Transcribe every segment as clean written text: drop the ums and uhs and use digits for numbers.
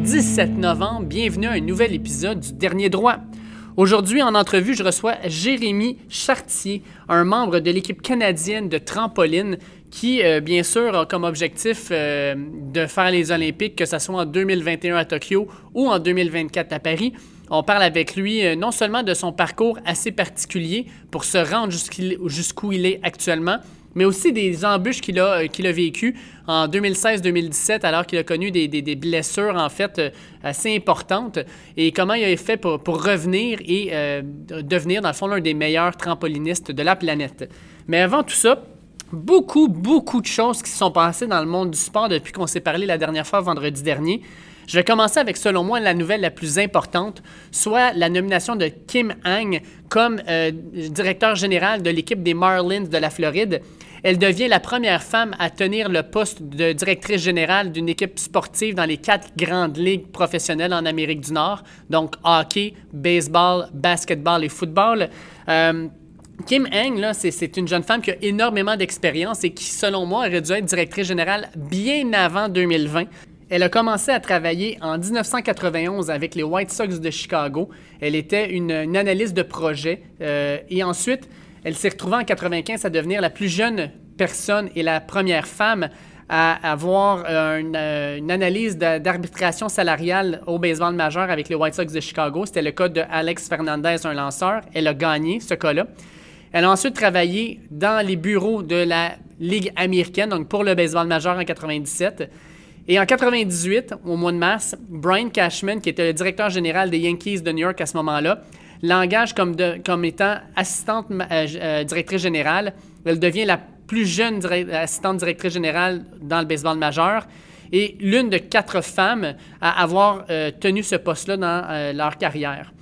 17 novembre, bienvenue à un nouvel épisode du Dernier Droit. Aujourd'hui, en entrevue, je reçois Jérémy Chartier, un membre de l'équipe canadienne de trampoline qui, bien sûr, a comme objectif de faire les Olympiques, que ce soit en 2021 à Tokyo ou en 2024 à Paris. On parle avec lui non seulement de son parcours assez particulier pour se rendre jusqu'où il est actuellement, mais aussi des embûches qu'il a vécues en 2016-2017, alors qu'il a connu des blessures, en fait, assez importantes, et comment il a fait pour revenir et devenir, dans le fond, l'un des meilleurs trampolinistes de la planète. Mais avant tout ça, beaucoup de choses qui se sont passées dans le monde du sport depuis qu'on s'est parlé la dernière fois, vendredi dernier. Je vais commencer avec, selon moi, la nouvelle la plus importante, soit la nomination de Kim Ng comme directeur général de l'équipe des Marlins de la Floride. Elle devient la première femme à tenir le poste de directrice générale d'une équipe sportive dans les 4 grandes ligues professionnelles en Amérique du Nord, donc hockey, baseball, basketball et football. Kim Ng, là, c'est une jeune femme qui a énormément d'expérience et qui, selon moi, aurait dû être directrice générale bien avant 2020. Elle a commencé à travailler en 1991 avec les White Sox de Chicago. Elle était une analyste de projet et ensuite, elle s'est retrouvée en 1995 à devenir la plus jeune personne et la première femme à avoir une analyse d'arbitration salariale au baseball majeur avec les White Sox de Chicago. C'était le cas de Alex Fernandez, un lanceur. Elle a gagné ce cas-là. Elle a ensuite travaillé dans les bureaux de la Ligue américaine, donc pour le baseball majeur en 1997. Et en 1998, au mois de mars, Brian Cashman, qui était le directeur général des Yankees de New York à ce moment-là, l'engage comme étant assistante directrice générale. Elle devient la plus jeune assistante directrice générale dans le baseball majeur et l'une de 4 femmes à avoir tenu ce poste-là dans leur carrière.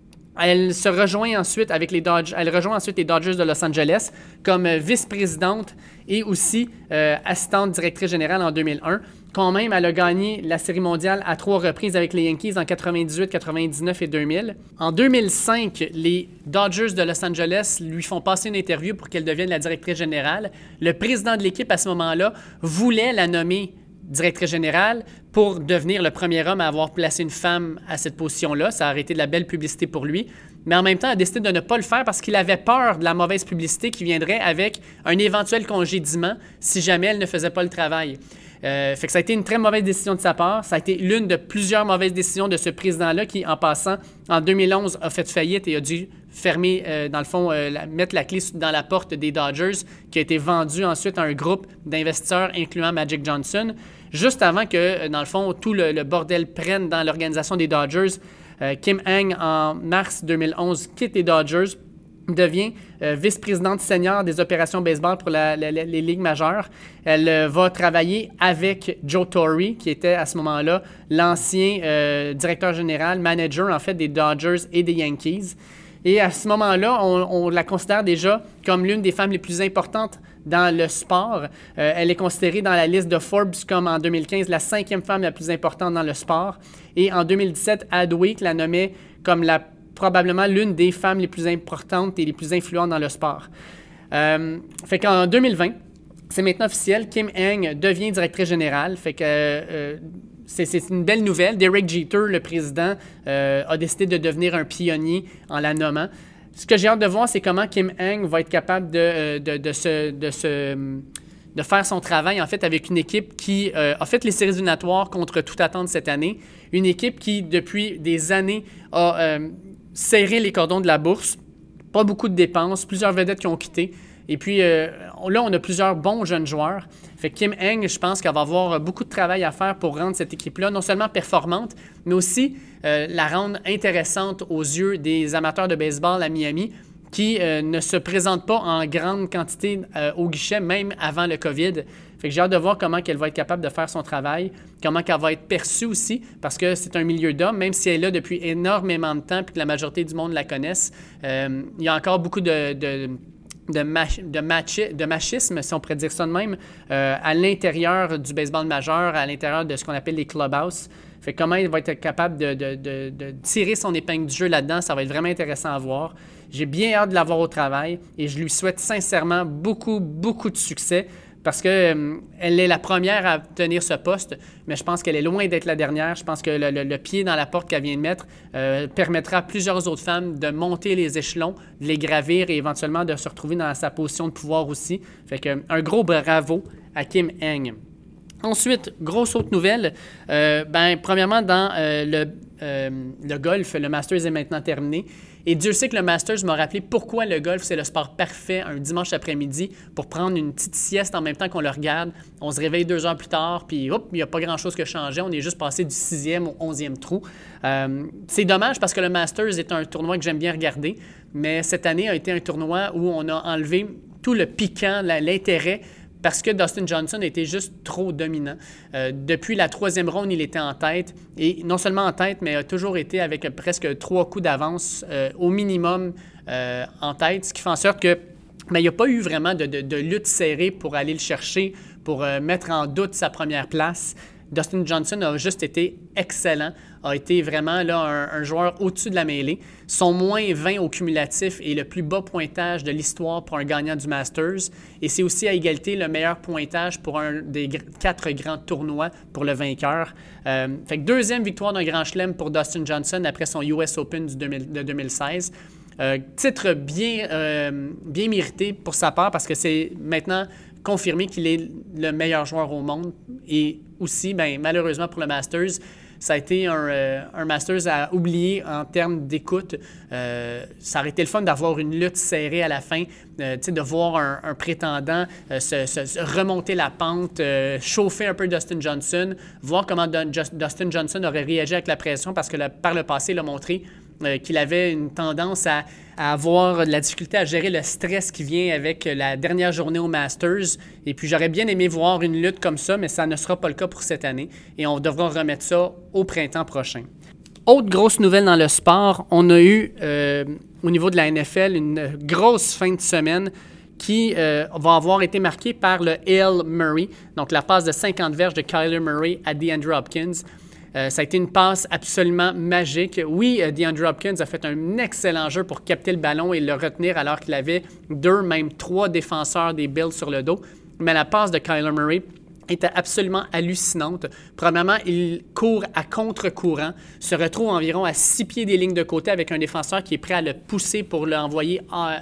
Elle se rejoint ensuite avec les Dodgers. Elle rejoint ensuite les Dodgers de Los Angeles comme vice-présidente et aussi assistante directrice générale en 2001. Quand même, elle a gagné la Série mondiale à 3 reprises avec les Yankees en 98, 99 et 2000. En 2005, les Dodgers de Los Angeles lui font passer une interview pour qu'elle devienne la directrice générale. Le président de l'équipe à ce moment-là voulait la nommer directrice générale pour devenir le premier homme à avoir placé une femme à cette position-là. Ça aurait été de la belle publicité pour lui. Mais en même temps, il a décidé de ne pas le faire parce qu'il avait peur de la mauvaise publicité qui viendrait avec un éventuel congédiement si jamais elle ne faisait pas le travail. Fait que ça a été une très mauvaise décision de sa part. Ça a été l'une de plusieurs mauvaises décisions de ce président-là qui, en passant, en 2011, a fait faillite et a dû fermer, dans le fond, mettre la clé dans la porte des Dodgers, qui a été vendu ensuite à un groupe d'investisseurs, incluant Magic Johnson. Juste avant que, dans le fond, tout le bordel prenne dans l'organisation des Dodgers, Kim Ng, en mars 2011, quitte les Dodgers, devient vice-présidente senior des opérations baseball pour les ligues majeures. Elle va travailler avec Joe Torre, qui était à ce moment-là l'ancien directeur général, manager en fait des Dodgers et des Yankees. Et à ce moment-là, on la considère déjà comme l'une des femmes les plus importantes dans le sport. Elle est considérée dans la liste de Forbes comme en 2015 la 5e femme la plus importante dans le sport. Et en 2017, Adweek la nommait comme probablement l'une des femmes les plus importantes et les plus influentes dans le sport. Fait qu'en 2020, c'est maintenant officiel, Kim Ng devient directrice générale. Fait que c'est une belle nouvelle. Derek Jeter, le président, a décidé de devenir un pionnier en la nommant. Ce que j'ai hâte de voir, c'est comment Kim Ng va être capable de faire son travail, en fait, avec une équipe qui a fait les séries éliminatoires contre toute attente cette année. Une équipe qui, depuis des années, a serré les cordons de la bourse. Pas beaucoup de dépenses, plusieurs vedettes qui ont quitté. Et puis, là, on a plusieurs bons jeunes joueurs. Fait que Kim Ng, je pense qu'elle va avoir beaucoup de travail à faire pour rendre cette équipe-là non seulement performante, mais aussi la rendre intéressante aux yeux des amateurs de baseball à Miami qui ne se présentent pas en grande quantité au guichet, même avant le COVID. Fait que j'ai hâte de voir comment elle va être capable de faire son travail, comment elle va être perçue aussi, parce que c'est un milieu d'hommes, même si elle est là depuis énormément de temps et que la majorité du monde la connaisse. Il y a encore beaucoup de machisme, si on pourrait dire ça de même, à l'intérieur du baseball majeur, à l'intérieur de ce qu'on appelle les clubhouses. Fait que comment il va être capable de tirer son épingle du jeu là-dedans, ça va être vraiment intéressant à voir. J'ai bien hâte de l'avoir au travail et je lui souhaite sincèrement beaucoup de succès parce que elle est la première à tenir ce poste, mais je pense qu'elle est loin d'être la dernière. Je pense que le pied dans la porte qu'elle vient de mettre permettra à plusieurs autres femmes de monter les échelons, de les gravir et éventuellement de se retrouver dans sa position de pouvoir aussi. Fait que un gros bravo à Kim Heng. Ensuite, grosse autre nouvelle, premièrement, dans le golf, le Masters est maintenant terminé. Et Dieu sait que le Masters m'a rappelé pourquoi le golf, c'est le sport parfait un dimanche après-midi pour prendre une petite sieste en même temps qu'on le regarde. On se réveille 2 heures plus tard, puis hop, il n'y a pas grand-chose qui a changé. On est juste passé du 6e au 11e trou. C'est dommage parce que le Masters est un tournoi que j'aime bien regarder, mais cette année a été un tournoi où on a enlevé tout le piquant, l'intérêt, parce que Dustin Johnson était juste trop dominant. Depuis la 3e ronde, il était en tête, et non seulement en tête, mais a toujours été avec presque 3 coups d'avance au minimum en tête, ce qui fait en sorte que il n'y a pas eu vraiment de lutte serrée pour aller le chercher, pour mettre en doute sa première place. Dustin Johnson a juste été excellent, a été vraiment là, un joueur au-dessus de la mêlée. Son moins 20 au cumulatif est le plus bas pointage de l'histoire pour un gagnant du Masters. Et c'est aussi à égalité le meilleur pointage pour un des 4 grands tournois pour le vainqueur. Fait que 2e victoire d'un Grand Chelem pour Dustin Johnson après son US Open de 2016. Titre bien mérité pour sa part parce que c'est maintenant confirmé qu'il est le meilleur joueur au monde. Et aussi, malheureusement pour le Masters, ça a été un Masters à oublier en termes d'écoute. Ça aurait été le fun d'avoir une lutte serrée à la fin, de voir un prétendant se remonter la pente, chauffer un peu Dustin Johnson, voir comment Dustin Johnson aurait réagi avec la pression parce que par le passé, il a montré qu'il avait une tendance à avoir de la difficulté à gérer le stress qui vient avec la dernière journée au Masters. Et puis, j'aurais bien aimé voir une lutte comme ça, mais ça ne sera pas le cas pour cette année. Et on devra remettre ça au printemps prochain. Autre grosse nouvelle dans le sport, on a eu, au niveau de la NFL, une grosse fin de semaine qui va avoir été marquée par le Hail Murray, donc la passe de 50 verges de Kyler Murray à DeAndre Hopkins. Ça a été une passe absolument magique. Oui, DeAndre Hopkins a fait un excellent jeu pour capter le ballon et le retenir alors qu'il avait 2, même 3 défenseurs des Bills sur le dos. Mais la passe de Kyler Murray était absolument hallucinante. Premièrement, il court à contre-courant, se retrouve environ à 6 pieds des lignes de côté avec un défenseur qui est prêt à le pousser pour l'envoyer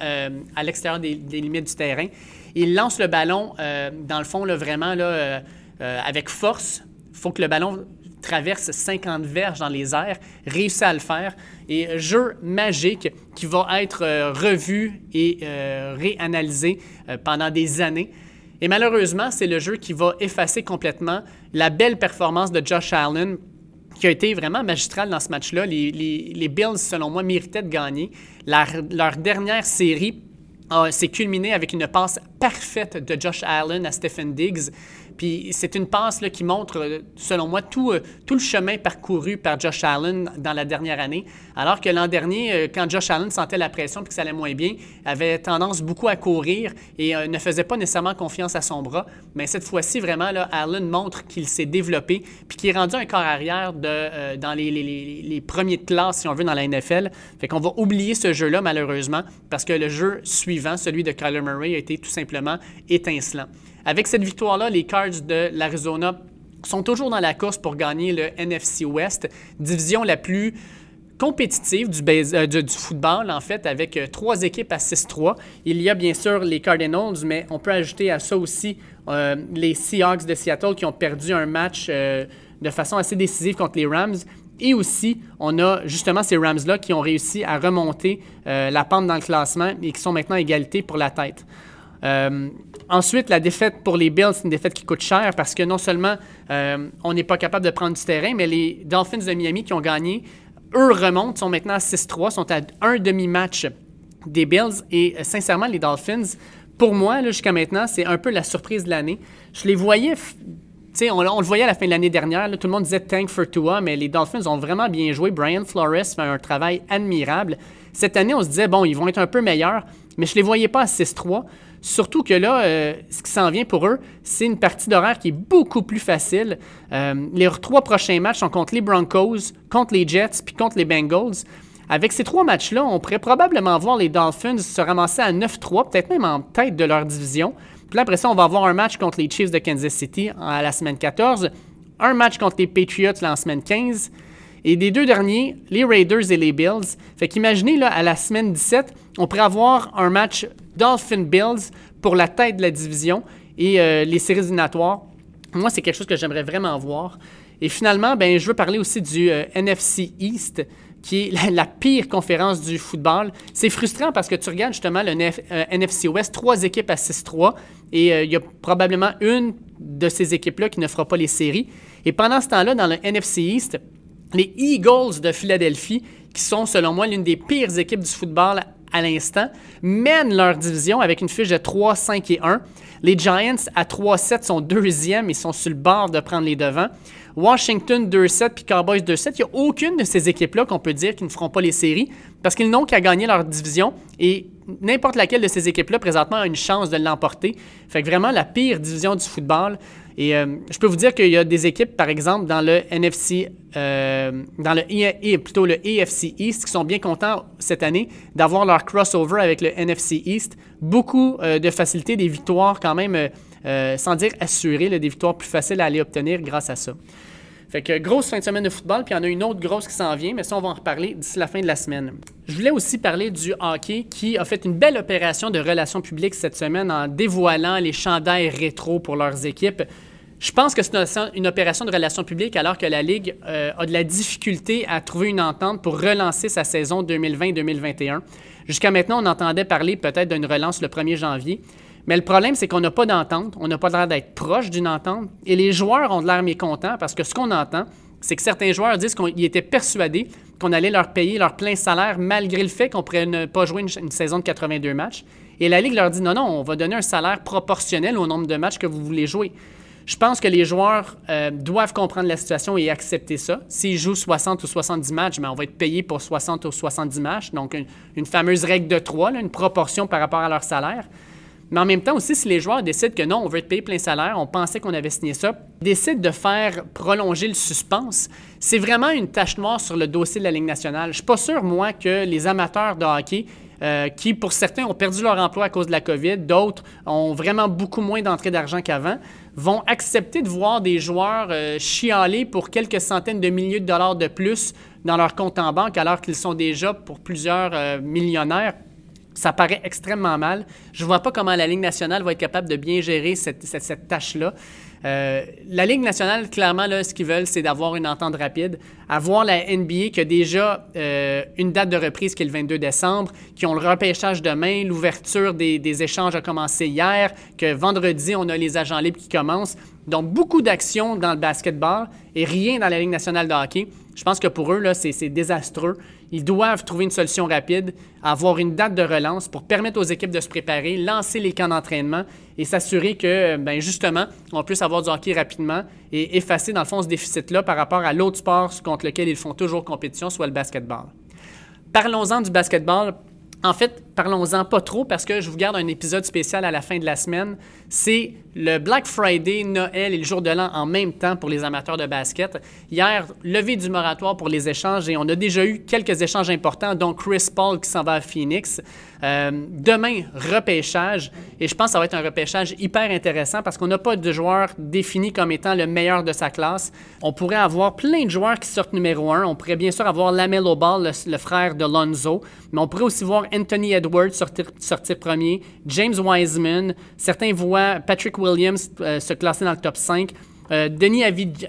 à l'extérieur des limites du terrain. Il lance le ballon, dans le fond, là, vraiment là, avec force. Il faut que le ballon traverse 50 verges dans les airs, réussit à le faire. Et jeu magique qui va être revu et réanalysé pendant des années. Et malheureusement, c'est le jeu qui va effacer complètement la belle performance de Josh Allen, qui a été vraiment magistral dans ce match-là. Les Bills, selon moi, méritaient de gagner. Leur dernière série s'est culminée avec une passe parfaite de Josh Allen à Stephen Diggs. Puis c'est une passe là, qui montre, selon moi, tout le chemin parcouru par Josh Allen dans la dernière année. Alors que l'an dernier, quand Josh Allen sentait la pression et que ça allait moins bien, avait tendance beaucoup à courir et ne faisait pas nécessairement confiance à son bras. Mais cette fois-ci, vraiment, là, Allen montre qu'il s'est développé puis qu'il est rendu un corps arrière dans les premiers de classe, si on veut, dans la NFL. Fait qu'on va oublier ce jeu-là, malheureusement, parce que le jeu suivant, celui de Kyler Murray, a été tout simplement étincelant. Avec cette victoire-là, les Cards de l'Arizona sont toujours dans la course pour gagner le NFC West, division la plus compétitive du football, en fait, avec 3 équipes à 6-3. Il y a bien sûr les Cardinals, mais on peut ajouter à ça aussi les Seahawks de Seattle qui ont perdu un match de façon assez décisive contre les Rams. Et aussi, on a justement ces Rams-là qui ont réussi à remonter la pente dans le classement et qui sont maintenant à égalité pour la tête. Ensuite, la défaite pour les Bills, c'est une défaite qui coûte cher parce que non seulement on n'est pas capable de prendre du terrain, mais les Dolphins de Miami qui ont gagné, eux remontent, sont maintenant à 6-3, sont à un demi-match des Bills. Et sincèrement, les Dolphins, pour moi, là, jusqu'à maintenant, c'est un peu la surprise de l'année. Je les voyais... On le voyait à la fin de l'année dernière, là, tout le monde disait « Tank for Tua », mais les Dolphins ont vraiment bien joué. Brian Flores fait un travail admirable. Cette année, on se disait « Bon, ils vont être un peu meilleurs », mais je ne les voyais pas à 6-3. Surtout que là, ce qui s'en vient pour eux, c'est une partie d'horaire qui est beaucoup plus facile. Les 3 prochains matchs sont contre les Broncos, contre les Jets puis contre les Bengals. Avec ces 3 matchs-là, on pourrait probablement voir les Dolphins se ramasser à 9-3, peut-être même en tête de leur division. Puis là, après ça, on va avoir un match contre les Chiefs de Kansas City à la semaine 14, un match contre les Patriots là, en semaine 15, et des deux derniers, les Raiders et les Bills. Fait qu'imaginez, là, à la semaine 17, on pourrait avoir un match Dolphins-Bills pour la tête de la division et les séries éliminatoires. Moi, c'est quelque chose que j'aimerais vraiment voir. Et finalement, je veux parler aussi du NFC East, qui est la pire conférence du football. C'est frustrant parce que tu regardes justement le NFC West, 3 équipes à 6-3, et il y a probablement une de ces équipes-là qui ne fera pas les séries. Et pendant ce temps-là, dans le NFC East, les Eagles de Philadelphie, qui sont selon moi l'une des pires équipes du football à l'instant, mènent leur division avec une fiche de 3-5-1. Les Giants, à 3-7, sont deuxièmes. Ils sont sur le bord de prendre les devants. Washington, 2-7, puis Cowboys, 2-7. Il n'y a aucune de ces équipes-là qu'on peut dire qu'ils ne feront pas les séries parce qu'ils n'ont qu'à gagner leur division et n'importe laquelle de ces équipes-là, présentement, a une chance de l'emporter. Fait que vraiment, la pire division du football. Et je peux vous dire qu'il y a des équipes, par exemple, dans le NFC, plutôt le AFC East, qui sont bien contents cette année d'avoir leur crossover avec le NFC East. Beaucoup de facilité, des victoires quand même, sans dire assurées, des victoires plus faciles à aller obtenir grâce à ça. Fait que grosse fin de semaine de football, puis il y en a une autre grosse qui s'en vient, mais ça, on va en reparler d'ici la fin de la semaine. Je voulais aussi parler du hockey qui a fait une belle opération de relations publiques cette semaine en dévoilant les chandails rétro pour leurs équipes. Je pense que c'est une opération de relations publiques alors que la Ligue a de la difficulté à trouver une entente pour relancer sa saison 2020-2021. Jusqu'à maintenant, on entendait parler peut-être d'une relance le 1er janvier. Mais le problème, c'est qu'on n'a pas d'entente, on n'a pas l'air d'être proche d'une entente, et les joueurs ont de l'air mécontents parce que ce qu'on entend, c'est que certains joueurs disent qu'ils étaient persuadés qu'on allait leur payer leur plein salaire malgré le fait qu'on pourrait ne pas jouer une saison de 82 matchs. Et la Ligue leur dit non, on va donner un salaire proportionnel au nombre de matchs que vous voulez jouer. Je pense que les joueurs doivent comprendre la situation et accepter ça. S'ils jouent 60 ou 70 matchs, on va être payé pour 60 ou 70 matchs. Donc, une fameuse règle de 3, une proportion par rapport à leur salaire. Mais en même temps aussi, si les joueurs décident que non, on veut être payé plein salaire, on pensait qu'on avait signé ça, décident de faire prolonger le suspense, c'est vraiment une tache noire sur le dossier de la Ligue nationale. Je ne suis pas sûr, moi, que les amateurs de hockey, qui, pour certains, ont perdu leur emploi à cause de la COVID, d'autres ont vraiment beaucoup moins d'entrée d'argent qu'avant, vont accepter de voir des joueurs chialer pour quelques centaines de milliers de dollars de plus dans leur compte en banque alors qu'ils sont déjà pour plusieurs millionnaires. Ça paraît extrêmement mal. Je ne vois pas comment la Ligue nationale va être capable de bien gérer cette tâche-là. La Ligue nationale, clairement, là, ce qu'ils veulent, c'est d'avoir une entente rapide. Avoir la NBA qui a déjà une date de reprise qui est le 22 décembre, qui ont le repêchage demain, l'ouverture des échanges a commencé hier, que vendredi, on a les agents libres qui commencent. Donc, beaucoup d'actions dans le basketball et rien dans la Ligue nationale de hockey. Je pense que pour eux, là, c'est désastreux. Ils doivent trouver une solution rapide, avoir une date de relance pour permettre aux équipes de se préparer, lancer les camps d'entraînement et s'assurer que, justement, on puisse avoir du hockey rapidement et effacer, dans le fond, ce déficit-là par rapport à l'autre sport contre lequel ils font toujours compétition, soit le basketball. Parlons-en du basketball. En fait, parlons-en pas trop parce que je vous garde un épisode spécial à la fin de la semaine. C'est le Black Friday, Noël et le jour de l'an en même temps pour les amateurs de basket. Hier, levée du moratoire pour les échanges et on a déjà eu quelques échanges importants, dont Chris Paul qui s'en va à Phoenix. Demain, repêchage. Et je pense que ça va être un repêchage hyper intéressant parce qu'on n'a pas de joueur défini comme étant le meilleur de sa classe. On pourrait avoir plein de joueurs qui sortent numéro 1. On pourrait bien sûr avoir LaMelo Ball, le frère de Lonzo. Mais on pourrait aussi voir Anthony Edwards sortir premier, James Wiseman. Certains voient Patrick Williams se classer dans le top 5. Denis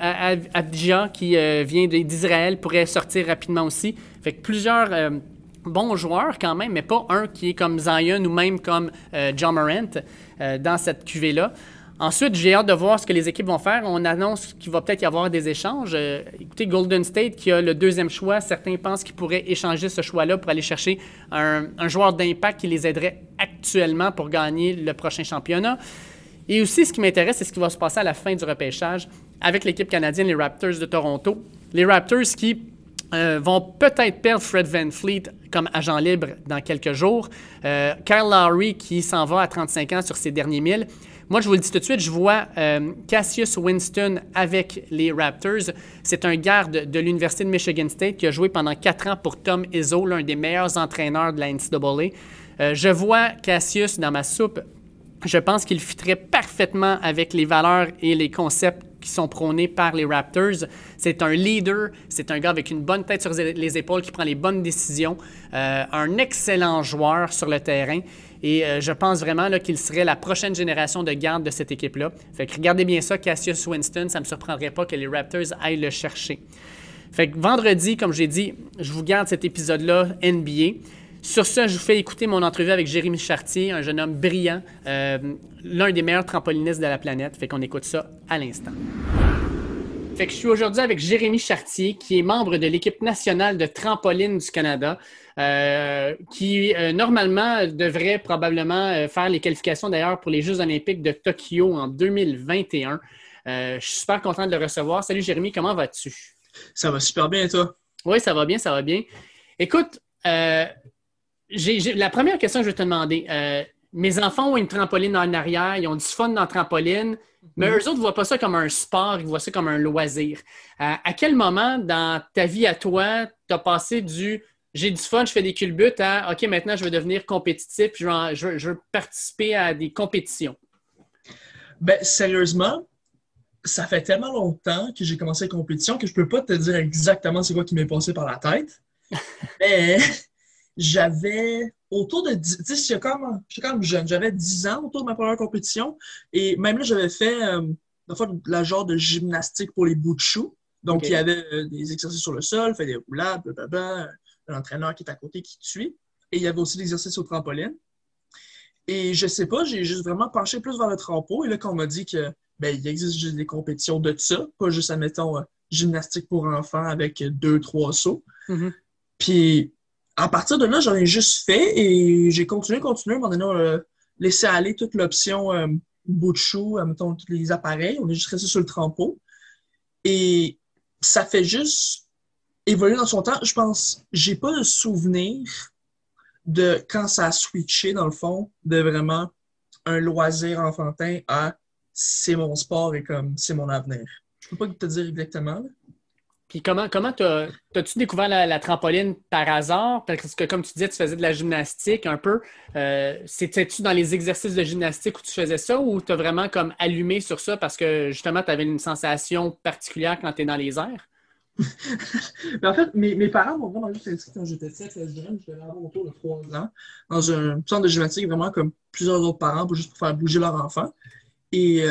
Avdija, qui vient d'Israël, pourrait sortir rapidement aussi. Fait que plusieurs bons joueurs quand même, mais pas un qui est comme Zion ou même comme John Morant dans cette cuvée-là. Ensuite, j'ai hâte de voir ce que les équipes vont faire. On annonce qu'il va peut-être y avoir des échanges. Écoutez, Golden State qui a le deuxième choix, certains pensent qu'ils pourraient échanger ce choix-là pour aller chercher un joueur d'impact qui les aiderait actuellement pour gagner le prochain championnat. Et aussi, ce qui m'intéresse, c'est ce qui va se passer à la fin du repêchage avec l'équipe canadienne, les Raptors de Toronto. Les Raptors qui vont peut-être perdre Fred VanVleet comme agent libre dans quelques jours. Kyle Lowry qui s'en va à 35 ans sur ses derniers 1000. Moi, je vous le dis tout de suite, je vois Cassius Winston avec les Raptors. C'est un garde de l'Université de Michigan State qui a joué pendant 4 ans pour Tom Izzo, l'un des meilleurs entraîneurs de la NCAA. Je vois Cassius dans ma soupe Je pense qu'il fitterait parfaitement avec les valeurs et les concepts qui sont prônés par les Raptors. C'est un leader, c'est un gars avec une bonne tête sur les épaules qui prend les bonnes décisions, un excellent joueur sur le terrain. Et je pense vraiment là, qu'il serait la prochaine génération de garde de cette équipe-là. Fait que regardez bien ça, Cassius Winston, ça ne me surprendrait pas que les Raptors aillent le chercher. Fait que vendredi, comme j'ai dit, je vous garde cet épisode-là NBA. Sur ce, je vous fais écouter mon entrevue avec Jérémy Chartier, un jeune homme brillant, l'un des meilleurs trampolinistes de la planète. Fait qu'on écoute ça à l'instant. Fait que je suis aujourd'hui avec Jérémy Chartier, qui est membre de l'équipe nationale de trampoline du Canada, qui normalement devrait probablement faire les qualifications d'ailleurs pour les Jeux olympiques de Tokyo en 2021. Je suis super content de le recevoir. Salut Jérémy, comment vas-tu? Ça va super bien, et toi? Oui, ça va bien, ça va bien. Écoute, la première question que je vais te demander, mes enfants ont une trampoline en arrière, ils ont du fun dans la trampoline, mais eux autres ne voient pas ça comme un sport, ils voient ça comme un loisir. À quel moment dans ta vie à toi, tu as passé du « j'ai du fun, je fais des culbutes » à « OK, maintenant je veux devenir compétitif, je veux participer à des compétitions ». Ben, sérieusement, ça fait tellement longtemps que j'ai commencé la compétition que je peux pas te dire exactement c'est quoi qui m'est passé par la tête. Mais j'avais autour de 10, tu sais, j'étais quand même jeune, j'avais 10 ans autour de ma première compétition et même là, j'avais fait la genre de gymnastique pour les bouts de chou. Donc, il y avait des exercices sur le sol, fait des roulades, blablabla, un entraîneur qui est à côté qui te suit. Et il y avait aussi des exercices au trampoline. Et je sais pas, j'ai juste vraiment penché plus vers le trampo. Et là, quand on m'a dit que ben, il existe juste des compétitions de ça, pas juste, admettons, gymnastique pour enfants avec 2-3 sauts. Mm-hmm. Puis, à partir de là, j'en ai juste fait et j'ai continué. À un moment donné, on a laissé aller toute l'option bout de chou, mettons, tous les appareils. On est juste resté sur le trampo. Et ça fait juste évoluer dans son temps. Je pense, j'ai pas de souvenir de quand ça a switché, dans le fond, de vraiment un loisir enfantin à c'est mon sport et comme c'est mon avenir. Je peux pas te dire exactement. Là. Puis comment t'as-tu découvert la trampoline par hasard? Parce que comme tu disais, tu faisais de la gymnastique un peu. C'était-tu dans les exercices de gymnastique où tu faisais ça ou tu as vraiment comme allumé sur ça parce que justement tu avais une sensation particulière quand tu es dans les airs? Mais en fait, mes parents m'ont vraiment juste inscrit quand j'étais 7 jeune, je devais avoir autour de 3 ans, dans un centre de gymnastique, vraiment comme plusieurs autres parents, juste pour faire bouger leur enfant. Et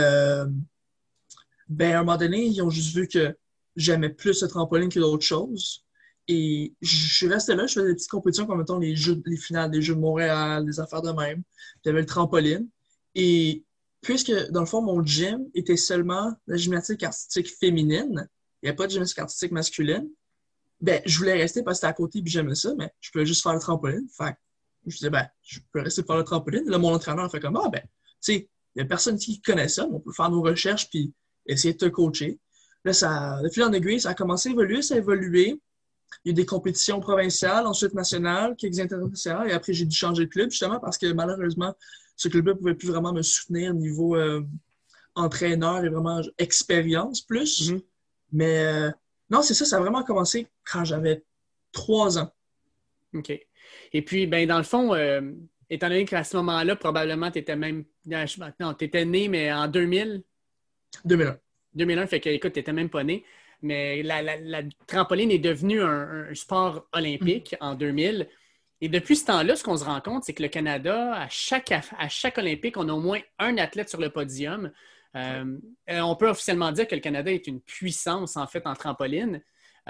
ben, à un moment donné, ils ont juste vu que j'aimais plus le trampoline que d'autres choses. Et je suis resté là, je faisais des petites compétitions comme mettons les finales des Jeux de Montréal, des affaires de même. J'avais le trampoline. Et puisque, dans le fond, mon gym était seulement la gymnastique artistique féminine, il n'y avait pas de gymnastique artistique masculine, ben, je voulais rester parce que c'était à côté et j'aimais ça, mais je pouvais juste faire le trampoline. Fait que je disais, ben, je peux rester faire le trampoline. Là, mon entraîneur a fait comme, ah, ben, tu sais, il n'y a personne qui connaît ça, mais on peut faire nos recherches puis essayer de te coacher. Là, de fil en aiguille, ça a commencé à évoluer, ça a évolué. Il y a eu des compétitions provinciales, ensuite nationales, quelques internationales, et après, j'ai dû changer de club, justement, parce que malheureusement, ce club-là ne pouvait plus vraiment me soutenir au niveau entraîneur et vraiment expérience plus. Mm-hmm. Mais non, c'est ça, ça a vraiment commencé quand j'avais 3 ans. OK. Et puis, ben dans le fond, étant donné qu'à ce moment-là, probablement, tu étais même. Non, tu étais né, mais en 2000. 2001. 2001, fait que, écoute, tu n'étais même pas né. Mais la trampoline est devenue un sport olympique en 2000. Et depuis ce temps-là, ce qu'on se rend compte, c'est que le Canada, à chaque Olympique, on a au moins un athlète sur le podium. On peut officiellement dire que le Canada est une puissance, en fait, en trampoline.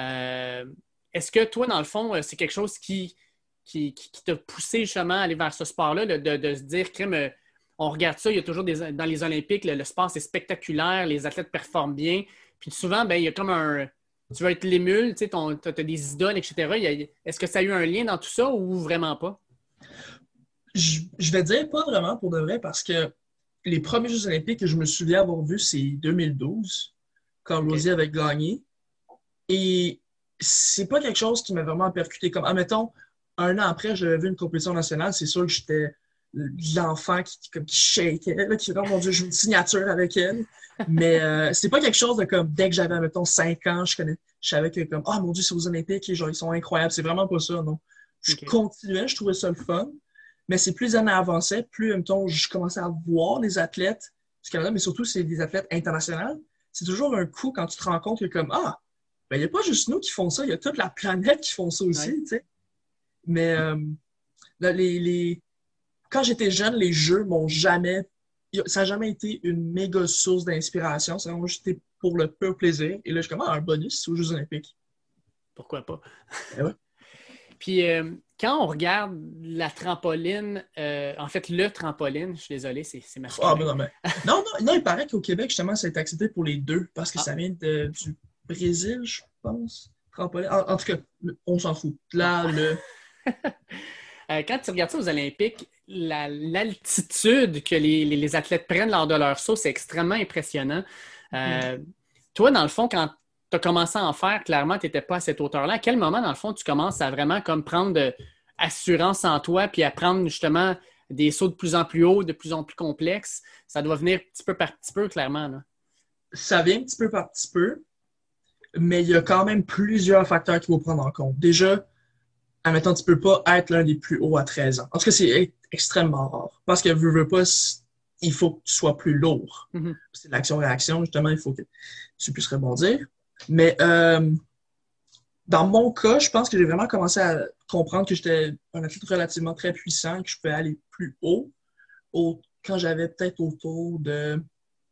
Est-ce que toi, dans le fond, c'est quelque chose qui t'a poussé justement à aller vers ce sport-là, de se dire, crème, on regarde ça, il y a toujours dans les Olympiques, le sport, c'est spectaculaire, les athlètes performent bien. Puis souvent, ben, il y a comme tu vas être l'émule, tu sais, as des idoles, etc. Est-ce que ça a eu un lien dans tout ça ou vraiment pas? Je vais dire pas vraiment pour de vrai parce que les premiers Jeux olympiques que je me souviens avoir vus, c'est 2012, quand Lausier avait gagné. Et c'est pas quelque chose qui m'a vraiment percuté. Comme, admettons, un an après, j'avais vu une compétition nationale, c'est sûr que j'étais l'enfant qui shakeait, là, qui dit, oh mon Dieu, je veux une signature avec elle. Mais c'est pas quelque chose de comme, dès que j'avais, mettons, 5 ans, je savais que comme, oh mon Dieu, c'est aux Olympiques, et genre, ils sont incroyables. C'est vraiment pas ça, non. Je continuais, je trouvais ça le fun. Mais c'est plus les années avançaient, plus, mettons, je commençais à voir les athlètes du Canada, mais surtout, c'est des athlètes internationaux. C'est toujours un coup quand tu te rends compte que comme, ah, ben, il n'y a pas juste nous qui font ça, il y a toute la planète qui font ça aussi, Ouais. tu sais. Mais là, quand j'étais jeune, les jeux m'ont jamais... Ça n'a jamais été une méga source d'inspiration. C'est vraiment juste été pour le pur plaisir. Et là, je commence un bonus aux Jeux olympiques. Pourquoi pas? Eh ouais. Puis quand on regarde la trampoline, en fait, le trampoline, je suis désolé, c'est Ah, masculin. ben non, mais... non, il paraît qu'au Québec, justement, ça a été accepté pour les deux parce que ça vient du Brésil, je pense. Trampoline. En tout cas, on s'en fout. Là, Quand tu regardes ça aux Olympiques, l'altitude que les athlètes prennent lors de leur saut, c'est extrêmement impressionnant. Toi, dans le fond, quand tu as commencé à en faire, clairement, tu n'étais pas à cette hauteur-là. À quel moment, dans le fond, tu commences à vraiment comme prendre assurance en toi puis à prendre justement des sauts de plus en plus hauts, de plus en plus complexes? Ça doit venir petit peu par petit peu, clairement. Là. ça vient petit peu par petit peu, mais il y a quand même plusieurs facteurs qu'il faut prendre en compte. Déjà, admettons, tu ne peux pas être l'un des plus hauts à 13 ans. En tout cas, c'est extrêmement rare. Parce que veux pas, il faut que tu sois plus lourd. Mm-hmm. C'est l'action-réaction, justement, il faut que tu puisses rebondir. Mais dans mon cas, je pense que j'ai vraiment commencé à comprendre que j'étais un athlète relativement très puissant et que je pouvais aller plus haut quand j'avais peut-être autour de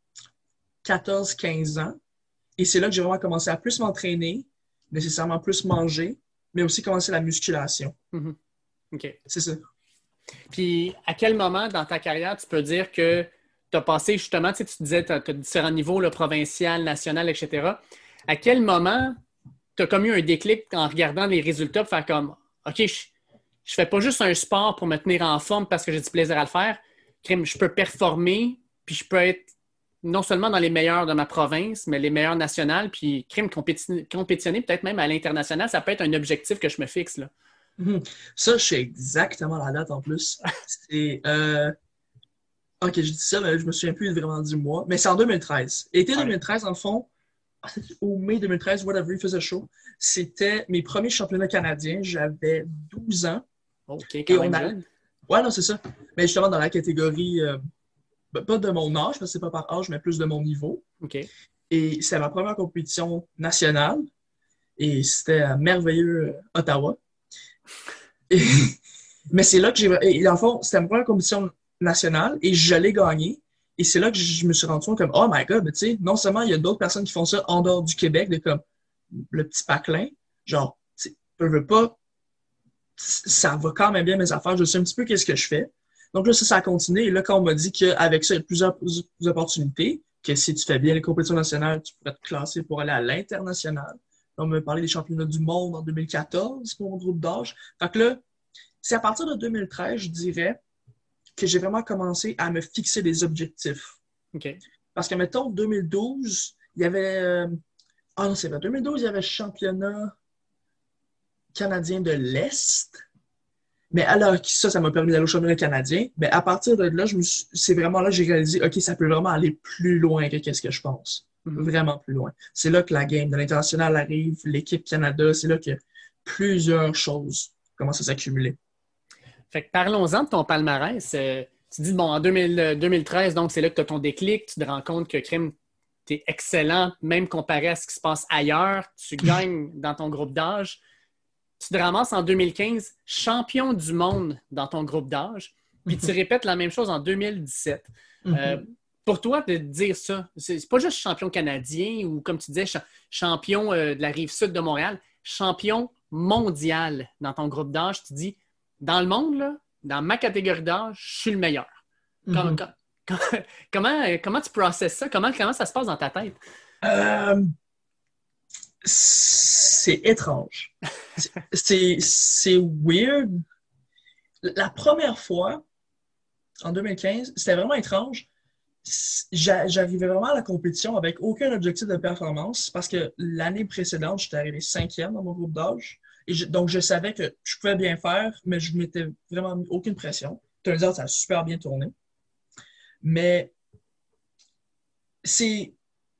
14-15 ans. Et c'est là que j'ai vraiment commencé à plus m'entraîner, nécessairement plus manger, mais aussi commencer la musculation. Mm-hmm. OK. C'est ça. Puis, à quel moment dans ta carrière tu peux dire que tu as passé justement, tu disais, tu as différents niveaux, le provincial, national, etc. À quel moment tu as comme eu un déclic en regardant les résultats pour faire comme, OK, je fais pas juste un sport pour me tenir en forme parce que j'ai du plaisir à le faire. Je peux performer, puis je peux être non seulement dans les meilleurs de ma province, mais les meilleurs nationales, puis compétitionner peut-être même à l'international, ça peut être un objectif que je me fixe, là. Ça, je sais exactement la date en plus. C'est. Ok, je dis ça, mais je me souviens plus vraiment du mois. Mais c'est en 2013. Été 2013, en fond, au mai 2013, whatever, il faisait chaud. C'était mes premiers championnats canadiens. J'avais 12 ans. OK, Et quand même jeune. Ouais, non, c'est ça. Mais justement, dans la catégorie, pas de mon âge, parce que c'est pas par âge, mais plus de mon niveau. OK. Et c'était ma première compétition nationale. Et c'était à merveilleux Ottawa. Mais c'est là que j'ai. Et dans le fond, c'était ma première compétition nationale et je l'ai gagnée. Et c'est là que je me suis rendu compte comme, oh my God, mais tu sais, non seulement il y a d'autres personnes qui font ça en dehors du Québec, de comme le petit paclin, genre, tu sais, je veux pas, ça va quand même bien mes affaires, je sais un petit peu qu'est-ce que je fais. Donc là, ça a continué. Et là, quand on m'a dit qu'avec ça, il y a plusieurs opportunités, que si tu fais bien les compétitions nationales, tu pourrais te classer pour aller à l'international. On m'a parlé des championnats du monde en 2014 pour mon groupe d'âge. Donc là, c'est à partir de 2013, je dirais, que j'ai vraiment commencé à me fixer des objectifs. OK. Parce que, mettons, 2012, il y avait... Ah non, c'est vrai. 2012, il y avait le championnat canadien de l'Est. Mais alors, ça m'a permis d'aller au championnat canadien. Mais à partir de là, c'est vraiment là que j'ai réalisé, OK, ça peut vraiment aller plus loin que qu'est-ce que je pense. Vraiment plus loin. C'est là que la game de l'international arrive, l'équipe Canada, c'est là que plusieurs choses commencent à s'accumuler. Fait que parlons-en de ton palmarès. Tu dis, bon, en 2013, donc c'est là que tu as ton déclic, tu te rends compte que crime, tu es excellent, même comparé à ce qui se passe ailleurs. Tu gagnes dans ton groupe d'âge. Tu te ramasses en 2015 champion du monde dans ton groupe d'âge, puis tu répètes la même chose en 2017. Pour toi, de dire ça, c'est pas juste champion canadien ou, comme tu disais, champion de la Rive-Sud de Montréal, champion mondial dans ton groupe d'âge. Tu dis, dans le monde, là, dans ma catégorie d'âge, je suis le meilleur. Comment tu processes ça? Comment ça se passe dans ta tête? C'est étrange. C'est weird. La première fois, en 2015, c'était vraiment étrange. J'arrivais vraiment à la compétition avec aucun objectif de performance parce que l'année précédente, j'étais arrivé 5e dans mon groupe d'âge. Donc, je savais que je pouvais bien faire, mais je ne m'étais vraiment mis aucune pression. Tu vas me dire, ça a super bien tourné. Mais c'est...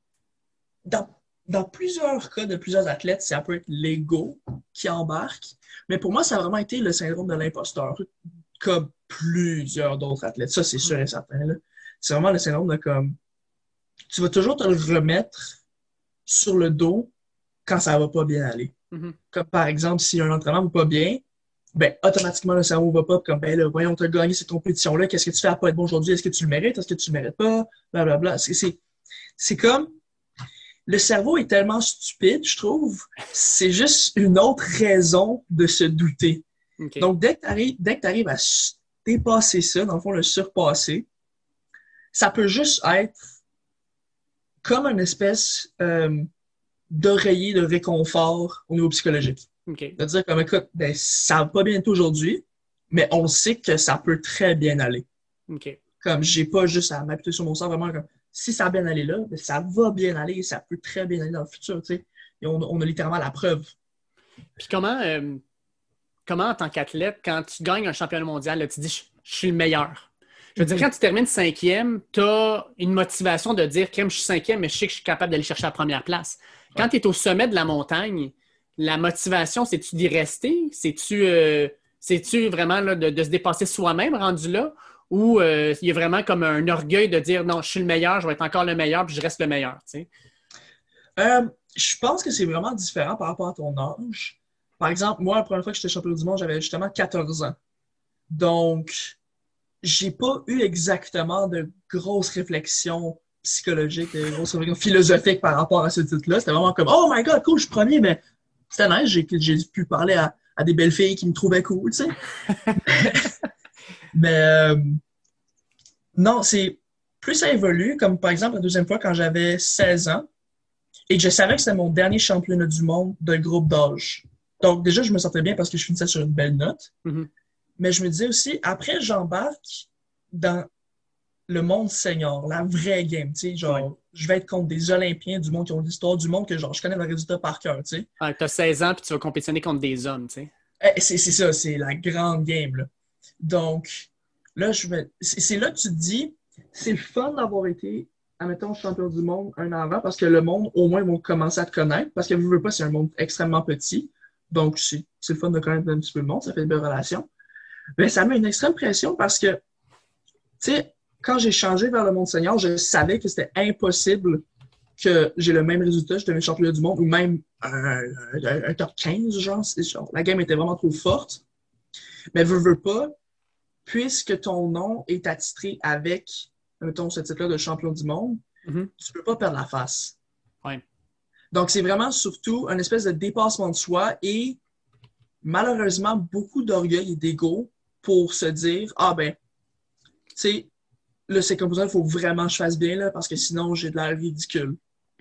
Dans plusieurs cas de plusieurs athlètes, ça peut être l'ego qui embarque. Mais pour moi, ça a vraiment été le syndrome de l'imposteur. comme plusieurs d'autres athlètes. Ça, c'est sûr et certain. Là. C'est vraiment le syndrome de comme tu vas toujours te le remettre sur le dos quand ça va pas bien aller. Mhm. Comme par exemple, si un entraînement va pas bien, ben automatiquement le cerveau va pas comme ben là, voyons, t'as gagné cette compétition-là, qu'est-ce que tu fais à pas être bon aujourd'hui? Est-ce que tu le mérites? Est-ce que tu le mérites pas? Blablabla. C'est comme le cerveau est tellement stupide, je trouve. C'est juste une autre raison de se douter. OK. Donc, dès que tu arrives à dépasser ça, dans le fond, le surpasser, ça peut juste être comme une espèce d'oreiller de réconfort au niveau psychologique. OK. De dire comme, écoute, ben, ça va pas bien aujourd'hui, mais on sait que ça peut très bien aller. OK. Comme, j'ai pas juste à m'appuyer sur mon sort, vraiment comme, si ça a bien allé là, ben, ça va bien aller et ça peut très bien aller dans le futur, tu sais. Et on a littéralement la preuve. Puis comment en tant qu'athlète, quand tu gagnes un championnat mondial, là, tu dis je suis le meilleur. Je veux dire, quand tu termines cinquième, tu as une motivation de dire que je suis cinquième, mais je sais que je suis capable d'aller chercher la première place. Quand tu es au sommet de la montagne, la motivation, c'est-tu d'y rester? C'est-tu vraiment là, de se dépasser soi-même rendu là? Ou il y a vraiment comme un orgueil de dire non, je suis le meilleur, je vais être encore le meilleur, puis je reste le meilleur, tu sais? Je pense que c'est vraiment différent par rapport à ton âge. Par exemple, moi, la première fois que j'étais champion du monde, j'avais justement 14 ans. Donc, j'ai pas eu exactement de grosses réflexions psychologiques, de grosses réflexions philosophiques par rapport à ce titre-là. C'était vraiment comme oh my god, cool, je suis premier, mais c'était nice, j'ai pu parler à des belles filles qui me trouvaient cool, tu sais. Mais non, c'est plus ça évolue, comme par exemple la deuxième fois quand j'avais 16 ans et que je savais que c'était mon dernier championnat du monde de groupe d'âge. Donc déjà, je me sentais bien parce que je finissais sur une belle note. Mm-hmm. Mais je me disais aussi, après, j'embarque dans le monde senior, la vraie game, tu sais, genre, Ouais. je vais être contre des Olympiens du monde qui ont l'histoire du monde que, genre, je connais le résultat par cœur, tu sais. Ah, tu as 16 ans puis tu vas compétitionner contre des hommes, tu sais. C'est ça, c'est la grande game, là. Donc, là, c'est là que tu te dis, c'est le fun d'avoir été, admettons, champion du monde un an avant, parce que le monde, au moins, vont commencer à te connaître, parce que vous ne voulez pas, c'est un monde extrêmement petit. Donc, c'est le fun de connaître un petit peu le monde, ça fait de belles relations. Mais ça met une extrême pression parce que, tu sais, quand j'ai changé vers le monde senior, je savais que c'était impossible que j'ai le même résultat, je deviens champion du monde, ou même un top 15, genre, la game était vraiment trop forte. Mais veux pas, puisque ton nom est attitré avec, mettons, ce titre-là de champion du monde, Mm-hmm. tu peux pas perdre la face. Ouais. Donc, c'est vraiment surtout une espèce de dépassement de soi et malheureusement beaucoup d'orgueil et d'ego pour se dire ah ben, tu sais, là, c'est comme ça, il faut vraiment que je fasse bien là, parce que sinon, j'ai de l'air ridicule.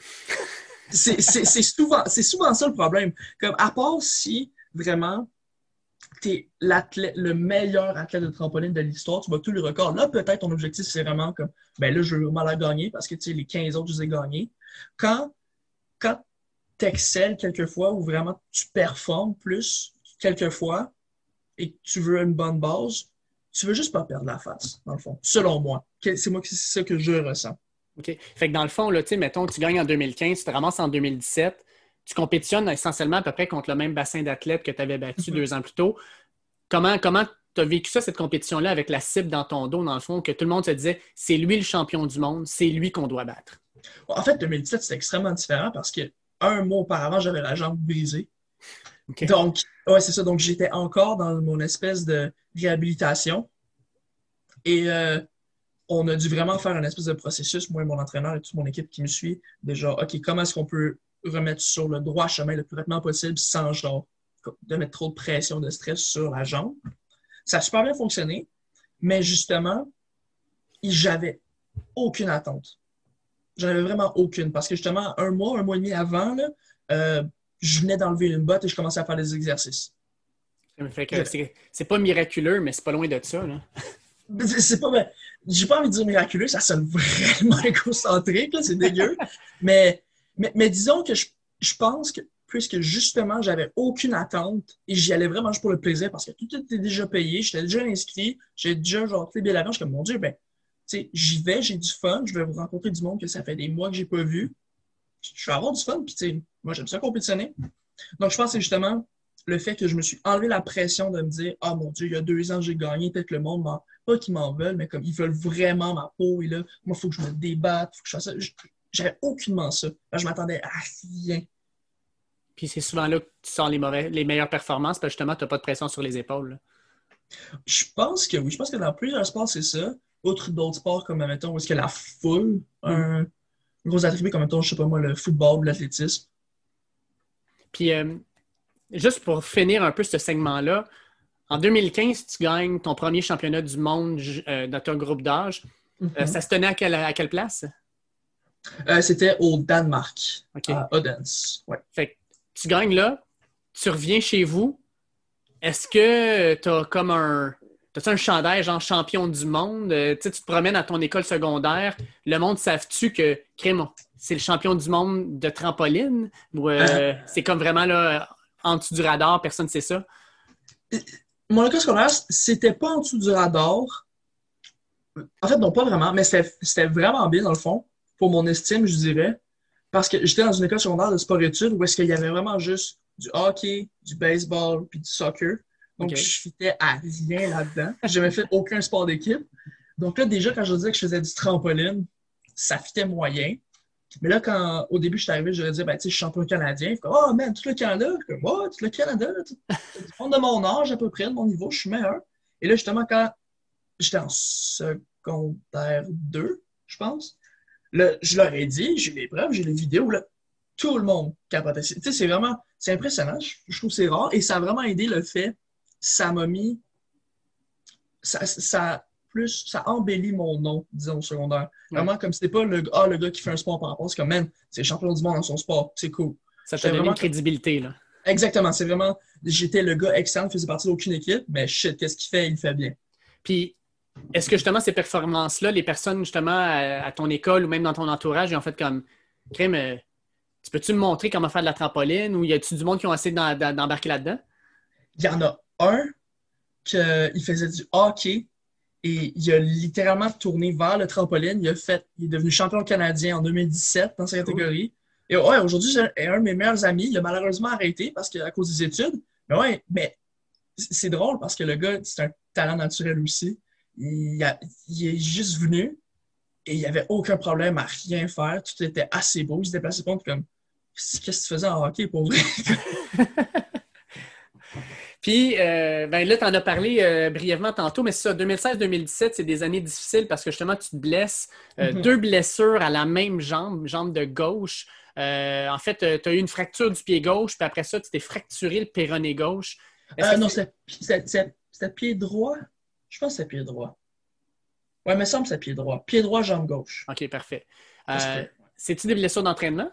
C'est souvent ça le problème. Comme, à part si vraiment t'es le meilleur athlète de trampoline de l'histoire, tu bats tous les records. Là, peut-être ton objectif, c'est vraiment comme, ben là, je veux vraiment la gagner parce que, tu sais, les 15 autres, je les ai gagnés. Quand tu excelles quelquefois ou vraiment tu performes plus quelquefois et que tu veux une bonne base, tu veux juste pas perdre la face, dans le fond, selon moi. C'est ça que je ressens. OK. Fait que dans le fond, là, tu sais, mettons, tu gagnes en 2015, tu te ramasses en 2017, tu compétitionnes essentiellement à peu près contre le même bassin d'athlètes que tu avais battu 2 ans plus tôt. Comment tu as vécu ça, cette compétition-là, avec la cible dans ton dos, dans le fond, que tout le monde se disait, c'est lui le champion du monde, c'est lui qu'on doit battre? En fait, 2017, c'était extrêmement différent parce que un mois auparavant, j'avais la jambe brisée. OK. Donc, ouais, c'est ça. Donc, j'étais encore dans mon espèce de réhabilitation. Et on a dû vraiment faire un espèce de processus, moi et mon entraîneur et toute mon équipe qui me suit, de genre, OK, comment est-ce qu'on peut remettre sur le droit chemin le plus rapidement possible sans genre de mettre trop de pression, de stress sur la jambe. Ça a super bien fonctionné, mais justement, j'avais aucune attente. J'en avais vraiment aucune. Parce que justement, un mois et demi avant, là, je venais d'enlever une botte et je commençais à faire des exercices. Fait que c'est pas miraculeux, mais c'est pas loin de ça, là. C'est pas, j'ai pas envie de dire miraculeux, ça sonne vraiment égocentrique, là, c'est dégueu. mais disons que je pense que puisque justement j'avais aucune attente et j'y allais vraiment juste pour le plaisir parce que tout était déjà payé, j'étais déjà inscrit, j'ai déjà genre tous les billets d'avion, je suis comme mon Dieu, ben, tu sais, j'y vais, j'ai du fun, je vais vous rencontrer du monde que ça fait des mois que j'ai pas vu. Je vais avoir du fun, puis tu sais, moi j'aime ça compétitionner. Donc je pense que c'est justement le fait que je me suis enlevé la pression de me dire « Ah mon Dieu, il y a 2 ans, j'ai gagné, peut-être le monde, pas qu'ils m'en veulent, mais comme ils veulent vraiment ma peau, et là, moi, il faut que je me débatte, il faut que je fasse ça. » J'avais aucunement ça. Je m'attendais à rien. Puis c'est souvent là que tu sors les meilleures performances, parce que justement, tu n'as pas de pression sur les épaules. Là. Je pense que oui. Je pense que dans plusieurs sports, c'est ça. Outre d'autres sports comme, mettons, où est-ce que la foule a un gros attribut, comme, mettons, je sais pas moi, le football ou l'athlétisme. Puis, juste pour finir un peu ce segment-là, en 2015, tu gagnes ton premier championnat du monde dans ton groupe d'âge. Ça se tenait à quelle place? C'était au Danemark, okay. À Odense. Ouais. Fait que tu gagnes là, tu reviens chez vous. Est-ce que tu as comme t'as-tu un chandail genre champion du monde? Tu te promènes à ton école secondaire. Le monde, savent-tu que Crème, c'est le champion du monde de trampoline? Ou c'est comme vraiment là, en dessous du radar, personne ne sait ça? Mon école scolaire, c'était pas en dessous du radar. En fait, non, pas vraiment, mais c'était vraiment bien, dans le fond, pour mon estime, je dirais. Parce que j'étais dans une école secondaire de sport-études où est-ce qu'il y avait vraiment juste du hockey, du baseball, puis du soccer. Donc, je fitais à rien là-dedans. J'ai jamais fait aucun sport d'équipe. Donc là, déjà, quand je disais que je faisais du trampoline, ça fitait moyen. Mais là, au début, je suis arrivé, je leur disais, ben, tu sais, je suis champion canadien. Comme, oh, man, tout le Canada. Comme, oh, tout le Canada. Tout le monde de mon âge, à peu près, de mon niveau, je suis meilleur. Et là, justement, quand j'étais en secondaire 2, je pense, là, je leur ai dit, j'ai les preuves, j'ai les vidéos, là, tout le monde capotait. Tu sais, c'est impressionnant. Je trouve que c'est rare. Et ça a vraiment aidé le fait, ça m'a mis, ça embellit mon nom, disons, au secondaire. Vraiment, comme c'était pas le gars qui fait un sport par rapport, c'est comme, man, c'est champion du monde dans son sport, c'est cool. Ça t'a donné une crédibilité, là. Exactement, c'est vraiment, j'étais le gars excellent, faisait partie d'aucune équipe, mais shit, qu'est-ce qu'il fait? Il fait bien. Puis, est-ce que justement, ces performances-là, les personnes justement à ton école ou même dans ton entourage, ils ont fait comme, Crème, tu peux-tu me montrer comment faire de la trampoline ou y a-tu du monde qui ont essayé d'embarquer là-dedans? Il y en a un qui faisait du hockey et il a littéralement tourné vers le trampoline. Il est devenu champion canadien en 2017 dans sa catégorie. Et ouais, aujourd'hui, c'est un de mes meilleurs amis. Il a malheureusement arrêté à cause des études. Mais ouais, mais c'est drôle parce que le gars, c'est un talent naturel aussi. Il est juste venu et il n'y avait aucun problème à rien faire. Tout était assez beau. Il se déplaçait pas comme qu'est-ce que tu faisais en hockey pour vrai? Puis, ben là, tu en as parlé brièvement tantôt, mais c'est ça, 2016-2017, c'est des années difficiles parce que justement, tu te blesses. 2 blessures à la même jambe de gauche. En fait, tu as eu une fracture du pied gauche, puis après ça, tu t'es fracturé le péroné gauche. Non, c'était pied droit. Je pense que c'était pied droit. Ouais, mais ça me semble que c'est pied droit. Pied droit, jambe gauche. OK, parfait. C'est-tu des blessures d'entraînement?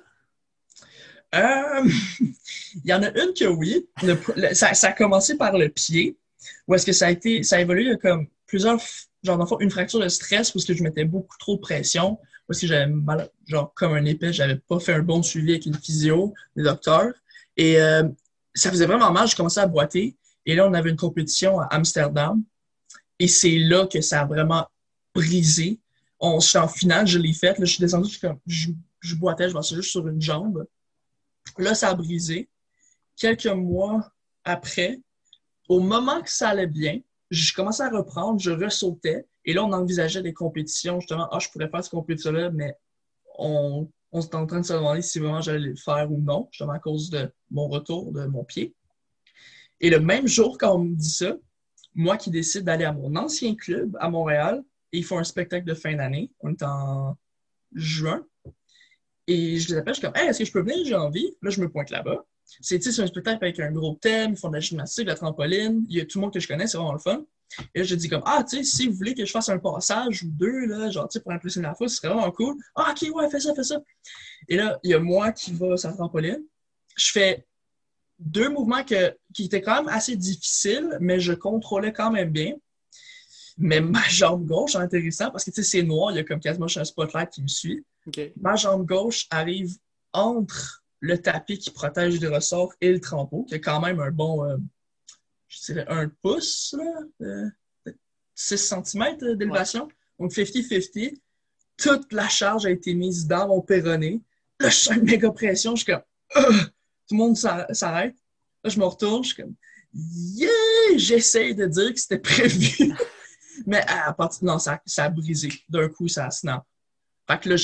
Il y en a une que oui. Ça a commencé par le pied, où est-ce que ça a évolué comme plusieurs, genre dans le fond, une fracture de stress, où est-ce que je mettais beaucoup trop de pression, où est-ce que j'avais mal, genre comme un épée, j'avais pas fait un bon suivi avec une physio, les docteurs, et ça faisait vraiment mal, je commençais à boiter, et là, on avait une compétition à Amsterdam, et c'est là que ça a vraiment brisé. J'étais en finale, je l'ai faite, là, je suis descendu, je boitais, je marchais juste sur une jambe. Là, ça a brisé. Quelques mois après, au moment que ça allait bien, je commençais à reprendre, je ressautais. Et là, on envisageait des compétitions. Justement, je pourrais faire cette compétition-là, mais on était en train de se demander si vraiment j'allais le faire ou non, justement à cause de mon retour de mon pied. Et le même jour, quand on me dit ça, moi qui décide d'aller à mon ancien club à Montréal, et ils font un spectacle de fin d'année. On est en juin. Et je les appelle, je suis comme, hey, est-ce que je peux venir? J'ai envie. Là, je me pointe là-bas. C'est un spectacle avec un gros thème, ils font de la gymnastique, de la trampoline. Il y a tout le monde que je connais, c'est vraiment le fun. Et là, je dis comme, tu sais, si vous voulez que je fasse un passage ou 2, là, genre, tu sais, pour impressionner la foule, ce serait vraiment cool. Ah, ok, ouais, fais ça, fais ça. Et là, il y a moi qui va sur la trampoline. Je fais 2 mouvements qui étaient quand même assez difficiles, mais je contrôlais quand même bien. Mais ma jambe gauche, c'est intéressant parce que, tu sais, c'est noir, il y a comme quasiment un spotlight qui me suit. Okay. Ma jambe gauche arrive entre le tapis qui protège les ressorts et le trempeau, qui a quand même un bon, je dirais, 1 pouce, là, 6 cm d'élévation. Ouais. Donc, 50-50. Toute la charge a été mise dans mon péroné. Là, je sens une méga pression. Je suis comme, tout le monde s'arrête. Là, je me retourne, je suis comme, yeah! J'essaie de dire que c'était prévu. Mais à partir, non, ça a brisé. D'un coup, ça a snap. Fait que là,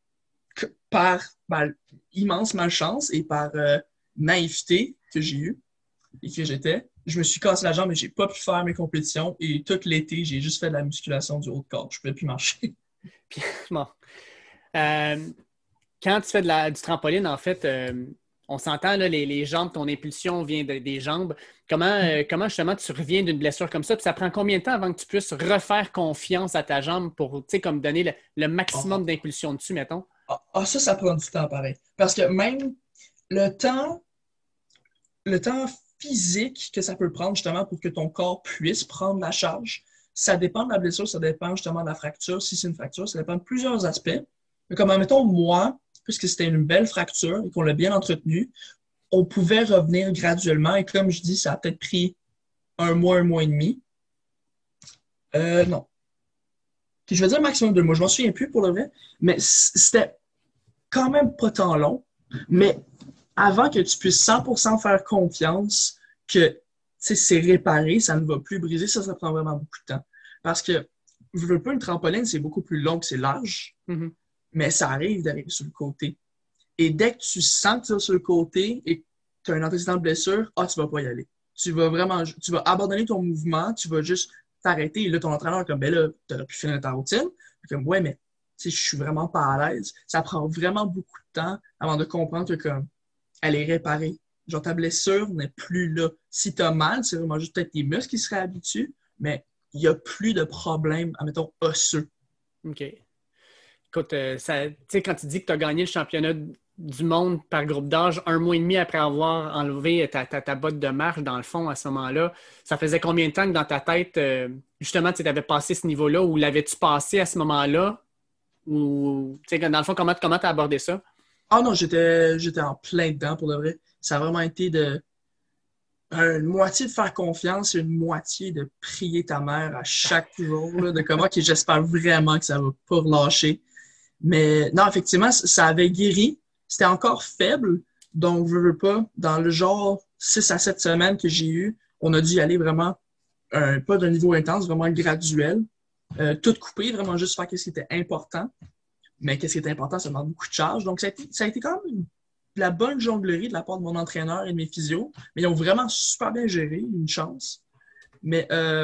par immense malchance et par naïveté que j'ai eue et que j'étais, je me suis cassé la jambe et j'ai pas pu faire mes compétitions. Et tout l'été, j'ai juste fait de la musculation du haut de corps. Je pouvais plus marcher. Puis, bon. Euh, Quand tu fais du trampoline, en fait, on s'entend, là, les jambes, ton impulsion vient des jambes. Comment justement tu reviens d'une blessure comme ça? Puis ça prend combien de temps avant que tu puisses refaire confiance à ta jambe pour, tu sais, comme donner le maximum d'impulsion dessus, mettons? Ça prend du temps pareil. Parce que même le temps, le temps physique que ça peut prendre justement pour que ton corps puisse prendre la charge, ça dépend de la blessure, ça dépend justement de la fracture. Si c'est une fracture, ça dépend de plusieurs aspects. Mais comme, admettons, moi, puisque c'était une belle fracture et qu'on l'a bien entretenue, on pouvait revenir graduellement. Et comme je dis, ça a peut-être pris un mois et demi. Non. Puis je veux dire maximum 2 mois. Je m'en souviens plus pour le vrai, mais c'était quand même pas tant long. Mais avant que tu puisses 100% faire confiance que c'est réparé, ça ne va plus briser, ça prend vraiment beaucoup de temps. Parce que, je veux pas, une trampoline, c'est beaucoup plus long que c'est large, mais ça arrive d'arriver sur le côté. Et dès que tu sens que tu es sur le côté et que tu as un antécédent de blessure, tu vas pas y aller. Tu vas abandonner ton mouvement, tu vas juste t'arrêter. Et là, ton entraîneur est comme, ben là, tu aurais pu finir ta routine. Comme, ouais, mais je suis vraiment pas à l'aise. Ça prend vraiment beaucoup de temps avant de comprendre que comme elle est réparée. Genre, ta blessure n'est plus là. Si tu as mal, c'est vraiment juste peut-être tes muscles qui se réhabituent, mais il n'y a plus de problème, admettons, osseux. OK. Écoute, tu sais, quand tu dis que tu as gagné le championnat du monde par groupe d'âge 1 mois et demi après avoir enlevé ta botte de marche, dans le fond, à ce moment-là, ça faisait combien de temps que dans ta tête, justement, tu avais passé ce niveau-là ou l'avais-tu passé à ce moment-là? Ou, tu sais, dans le fond, comment tu as abordé ça? Ah non, j'étais en plein dedans pour de vrai. Ça a vraiment été une moitié de faire confiance et une moitié de prier ta mère à chaque jour, là, de comment que j'espère vraiment que ça va pas relâcher. Mais non, effectivement, ça avait guéri. C'était encore faible. Donc, je veux pas, dans le genre 6 à 7 semaines que j'ai eu, on a dû y aller vraiment, pas d'un niveau intense, vraiment graduel. Tout couper, vraiment juste faire ce qui était important. Mais qu'est-ce qui était important, ça demande beaucoup de charge. Donc, ça a été quand même de la bonne jonglerie de la part de mon entraîneur et de mes physios. Mais ils ont vraiment super bien géré, une chance. Mais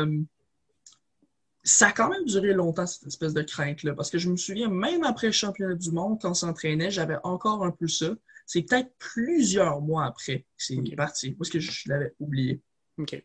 ça a quand même duré longtemps, cette espèce de crainte-là. Parce que je me souviens, même après le championnat du monde, quand on s'entraînait, j'avais encore un peu ça. C'est peut-être plusieurs mois après que c'est parti. Parce que je l'avais oublié. OK.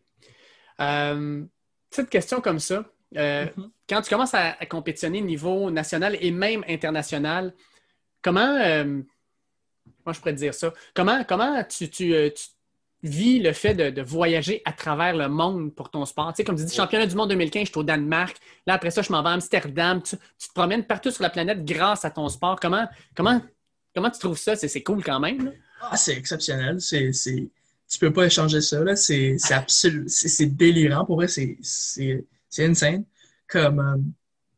Petite question comme ça. Quand tu commences à compétitionner au niveau national et même international, comment, moi je pourrais te dire ça, comment tu vis le fait de voyager à travers le monde pour ton sport? Tu sais, comme tu dis, championnat du monde 2015, je suis au Danemark. Là, après ça, je m'en vais à Amsterdam. Tu te promènes partout sur la planète grâce à ton sport. Comment tu trouves ça? C'est cool quand même, là? C'est exceptionnel. Tu peux pas échanger ça, là. C'est absolu. C'est délirant. Pour vrai, c'est insane. Comme,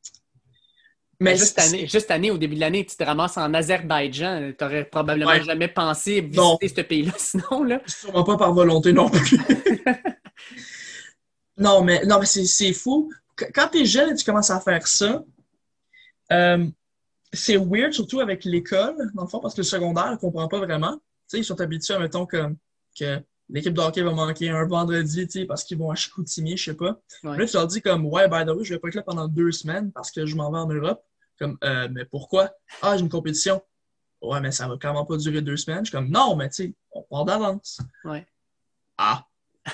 mais juste année, au début de l'année, tu te ramasses en Azerbaïdjan. Tu n'aurais probablement jamais pensé visiter ce pays-là, sinon, là. Sûrement pas par volonté non plus. non, mais c'est fou. Quand tu es jeune et tu commences à faire ça, c'est weird, surtout avec l'école, dans le fond, parce que le secondaire ne comprend pas vraiment. Tu sais, ils sont habitués, mettons, que l'équipe de hockey va manquer un vendredi, tu sais, parce qu'ils vont à Chicoutimi, je sais pas. Ouais. Là, tu leur dis comme, ouais, by the way, je vais pas être là pendant 2 semaines parce que je m'en vais en Europe. Comme, mais pourquoi? Ah, j'ai une compétition. Ouais, mais ça va clairement pas durer 2 semaines. Je suis comme, non, mais tu sais, on part d'avance. Ouais. Ah!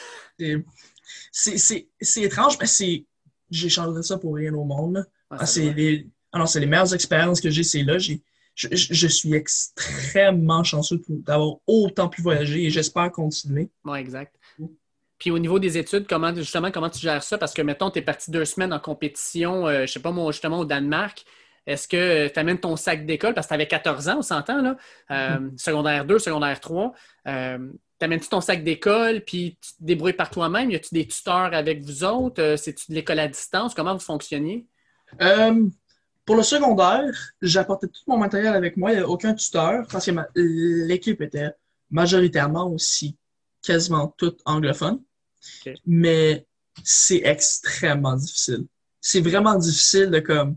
C'est étrange, mais j'échangerais ça pour rien au monde. C'est les meilleures expériences que j'ai, c'est là. Je suis extrêmement chanceux d'avoir autant pu voyager et j'espère continuer. Oui, exact. Puis au niveau des études, comment tu gères ça? Parce que, mettons, tu es parti 2 semaines en compétition, je sais pas moi, justement au Danemark. Est-ce que tu amènes ton sac d'école? Parce que tu avais 14 ans, on s'entend, là. Secondaire 2, secondaire 3. T'amènes-tu ton sac d'école, puis tu te débrouilles par toi-même? Y a-tu des tuteurs avec vous autres? C'est-tu de l'école à distance? Comment vous fonctionniez? Pour le secondaire, j'apportais tout mon matériel avec moi. Il n'y avait aucun tuteur parce que l'équipe était majoritairement aussi quasiment toutes anglophones. OK. Mais c'est extrêmement difficile. C'est vraiment difficile de comme...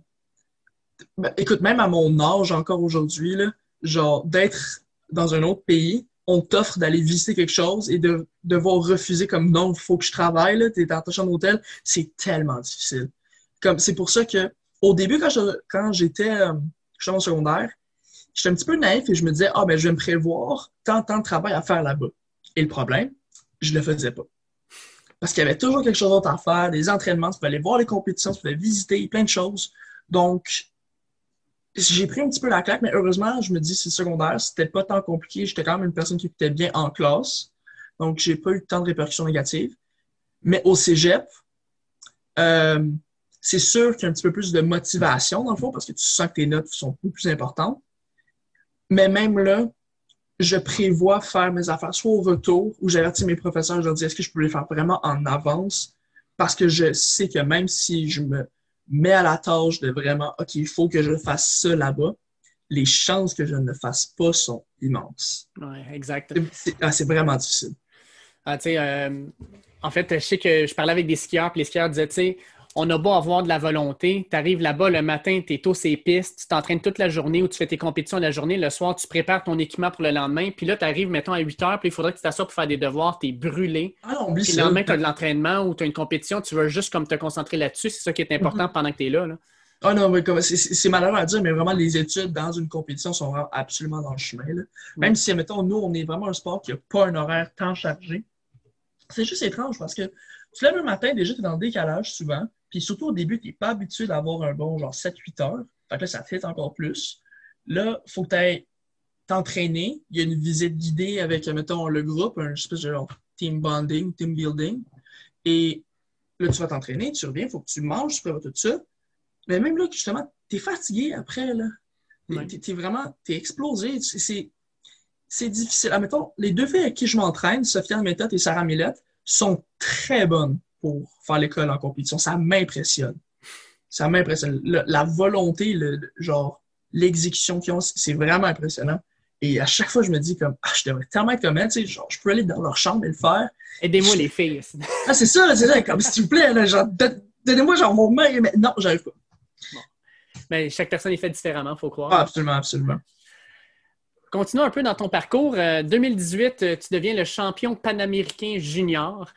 Ben, écoute, même à mon âge encore aujourd'hui, là, genre d'être dans un autre pays, on t'offre d'aller visiter quelque chose et de devoir refuser comme non, il faut que je travaille, là, t'es dans ta chambre d'hôtel, c'est tellement difficile. Comme, c'est pour ça que au début, quand j'étais en secondaire, j'étais un petit peu naïf et je me disais, ah ben je vais me prévoir tant de travail à faire là-bas. Et le problème, je le faisais pas. Parce qu'il y avait toujours quelque chose d'autre à faire, des entraînements, tu peux aller voir les compétitions, tu peux visiter, plein de choses. Donc, j'ai pris un petit peu la claque, mais heureusement, je me dis, c'est secondaire, c'était pas tant compliqué. J'étais quand même une personne qui écoutait bien en classe. Donc, j'ai pas eu tant de répercussions négatives. Mais au cégep, euh, c'est sûr qu'il y a un petit peu plus de motivation, dans le fond, parce que tu sens que tes notes sont beaucoup plus importantes. Mais même là, je prévois faire mes affaires soit au retour, où j'avertis mes professeurs, je leur dis, est-ce que je peux les faire vraiment en avance? Parce que je sais que même si je me mets à la tâche de vraiment, OK, il faut que je fasse ça là-bas, les chances que je ne le fasse pas sont immenses. Oui, exact. C'est vraiment difficile. Ah, tu sais, en fait, je sais que je parlais avec des skieurs, puis les skieurs disaient, tu sais, on a beau avoir de la volonté, tu arrives là-bas le matin, tu es tôt sur les pistes, tu t'entraînes toute la journée ou tu fais tes compétitions la journée, le soir, tu prépares ton équipement pour le lendemain, puis là, tu arrives, mettons, à 8 heures, puis il faudrait que tu t'assoies pour faire des devoirs, tu es brûlé. Ah non, oublie Puis le ça. lendemain, tu as de l'entraînement ou tu as une compétition, tu veux juste comme te concentrer là-dessus, c'est ça qui est important pendant que tu es là. Ah non, mais c'est malheureux à dire, mais vraiment, les études dans une compétition sont vraiment absolument dans le chemin, là. Même si, mettons, nous, on est vraiment un sport qui n'a pas un horaire tant chargé. C'est juste étrange parce que tu te lèves le matin, déjà, tu es dans le décalage souvent. Puis surtout au début, tu n'es pas habitué d'avoir un bon genre 7-8 heures. Fait que là, ça te fait encore plus. Là, il faut que tu ailles t'entraîner. Il y a une visite guidée avec, mettons, le groupe, un espèce de genre team bonding, team building. Et là, tu vas t'entraîner, tu reviens, il faut que tu manges, tu prépares tout ça. Mais même là, justement, tu es fatigué après, là. T'es explosé. C'est difficile. Admettons, les deux filles avec qui je m'entraîne, Sofiane Méthode et Sarah Millette, sont très bonnes pour faire l'école en compétition. Ça m'impressionne. Ça m'impressionne. La volonté, genre, l'exécution qu'ils ont, c'est vraiment impressionnant. Et à chaque fois, je me dis comme, ah, je devrais tellement être comme elle, tu sais, genre, je peux aller dans leur chambre et le faire. Aidez-moi les filles. Ah, c'est ça, comme, s'il vous plaît, là, genre, donnez-moi, genre, mon main, mais non, j'arrive pas. Bon. Mais chaque personne est faite différemment, il faut croire. Ah, absolument, absolument. Continuons un peu dans ton parcours. 2018, tu deviens le champion panaméricain junior.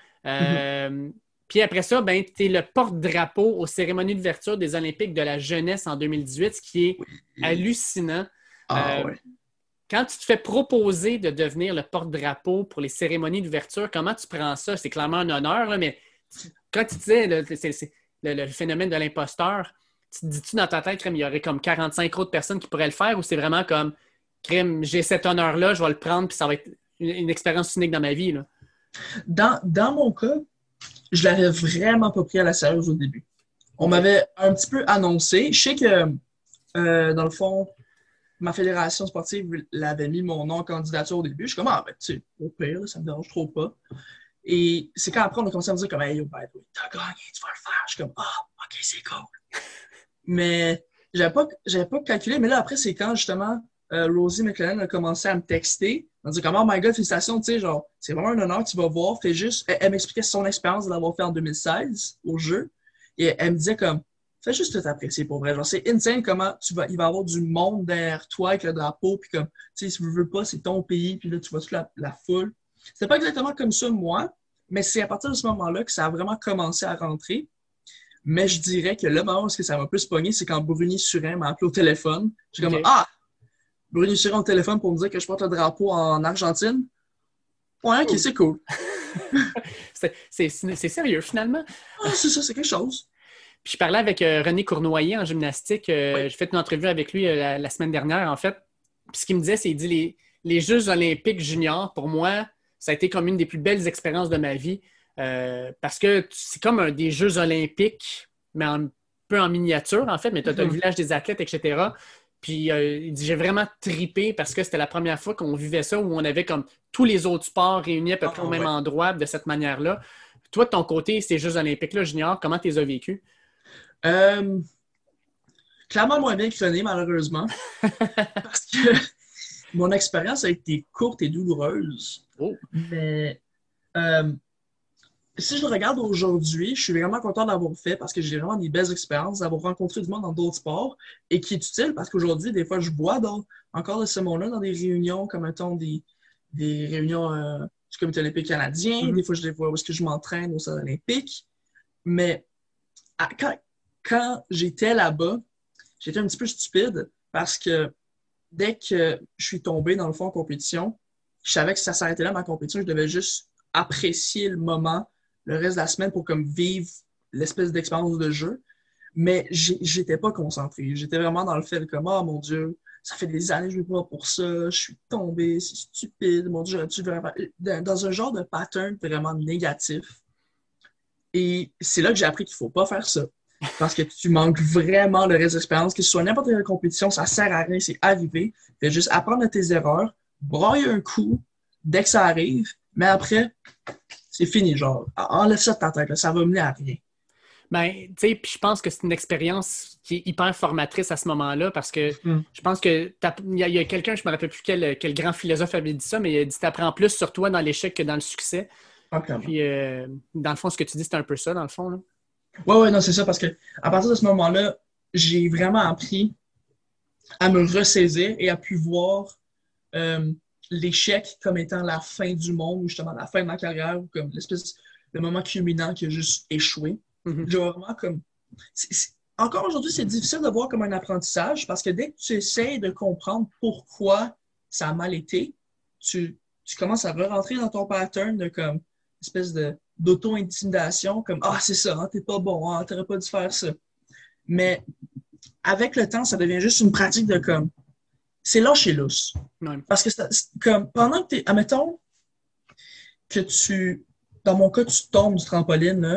Puis après ça, ben, tu es le porte-drapeau aux cérémonies d'ouverture des Olympiques de la jeunesse en 2018, ce qui est hallucinant. Ouais. Quand tu te fais proposer de devenir le porte-drapeau pour les cérémonies d'ouverture, comment tu prends ça? C'est clairement un honneur, là, mais quand tu disais c'est le phénomène de l'imposteur, tu te dis-tu dans ta tête, il y aurait comme 45 autres personnes qui pourraient le faire ou c'est vraiment comme crème, j'ai cet honneur-là, je vais le prendre, puis ça va être une expérience unique dans ma vie, là. Dans mon cas, je l'avais vraiment pas pris à la sérieuse au début. On m'avait un petit peu annoncé. Je sais que, dans le fond, ma fédération sportive l'avait mis mon nom en candidature au début. Je suis comme, ah, ben, tu sais, au pire, là, ça me dérange trop pas. Et c'est quand après, on a commencé à me dire, comme, hey, yo, ben, t'as gagné, tu vas le faire. Je suis comme, ah, ok, c'est cool. Mais j'avais pas calculé. Mais là, après, c'est quand, justement, Rosie McLennan a commencé à me texter. Elle m'a dit comme, oh my god, félicitations, tu sais, genre, c'est vraiment un honneur, tu vas voir, fais juste. Elle m'expliquait son expérience de l'avoir fait en 2016 au jeu. Et elle me disait comme, fais juste t'apprécier pour vrai. Genre, c'est insane comment il va y avoir du monde derrière toi avec le drapeau, puis comme, tu sais, si tu veux pas, c'est ton pays, puis là, tu vois toute la foule. C'était pas exactement comme ça, moi, mais c'est à partir de ce moment-là que ça a vraiment commencé à rentrer. Mais je dirais que le moment où ça m'a plus pogné, c'est quand Bruni Surin m'a appelé au téléphone. J'ai comme, ah! Bruni Surin au téléphone pour me dire que je porte le drapeau en Argentine. Ouais, ok, c'est cool. c'est sérieux, finalement. Ah, c'est ça, c'est quelque chose. Puis je parlais avec René Cournoyer en gymnastique. J'ai fait une entrevue avec lui la semaine dernière, en fait. Puis ce qu'il me disait, c'est qu'il dit les Jeux olympiques juniors, pour moi, ça a été comme une des plus belles expériences de ma vie. Parce que c'est comme des Jeux olympiques, mais un peu en miniature, en fait. Mais tu as le village des athlètes, etc. Puis il dit, j'ai vraiment tripé parce que c'était la première fois qu'on vivait ça, où on avait comme tous les autres sports réunis à peu près au même endroit de cette manière-là. Toi, de ton côté, ces Jeux olympiques-là, junior, comment tu les as vécus? Clairement moins bien que René, malheureusement. Parce que mon expérience a été courte et douloureuse. Oh. Mais Euh, Si je le regarde aujourd'hui, je suis vraiment content d'avoir fait parce que j'ai vraiment des belles expériences, d'avoir rencontré du monde dans d'autres sports et qui est utile parce qu'aujourd'hui, des fois, je vois encore de ce monde-là dans des réunions, comme mettons des réunions du Comité olympique canadien. Des Mhm. fois, je les vois où est-ce que je m'entraîne au Stade olympique. Mais quand j'étais là-bas, j'étais un petit peu stupide parce que dès que je suis tombé dans le fond en compétition, je savais que ça s'arrêtait là ma compétition. Je devais juste apprécier le moment, le reste de la semaine pour comme vivre l'espèce d'expérience de jeu. Mais j'étais pas concentré. J'étais vraiment dans le fait de comme, oh mon Dieu, ça fait des années que je ne vais pas pour ça, je suis tombé, c'est stupide, mon Dieu, j'aurais-tu vraiment. Dans un genre de pattern vraiment négatif. Et c'est là que j'ai appris qu'il ne faut pas faire ça. Parce que tu manques vraiment le reste de l'expérience. Que ce soit n'importe quelle compétition, ça sert à rien, c'est arrivé. Fais juste apprendre de tes erreurs, broye un coup dès que ça arrive, mais après, c'est fini. Genre, enlève ça de ta tête, là, ça va mener à rien. Ben, tu sais, puis je pense que c'est une expérience qui est hyper formatrice à ce moment-là parce que Mm. je pense que il y a quelqu'un, je me rappelle plus quel grand philosophe avait dit ça, mais il a dit t'apprends plus sur toi dans l'échec que dans le succès. Ah, clairement. Puis, dans le fond, ce que tu dis, c'est un peu ça, dans le fond, là. Ouais, ouais, non, c'est ça, parce que à partir de ce moment-là, j'ai vraiment appris à me ressaisir et à pu voir euh, l'échec comme étant la fin du monde, ou justement la fin de ma carrière, ou comme l'espèce de moment culminant qui a juste échoué. Mhm. J'ai vraiment comme. Encore aujourd'hui, c'est difficile de voir comme un apprentissage parce que dès que tu essaies de comprendre pourquoi ça a mal été, tu commences à re-rentrer dans ton pattern de comme espèce de d'auto-intimidation, comme ah, c'est ça, hein, t'es pas bon, hein, t'aurais pas dû faire ça. Mais avec le temps, ça devient juste une pratique de comme c'est lâcher lousse. Ouais. Parce que comme pendant que tu es, admettons que dans mon cas, tu tombes du trampoline là,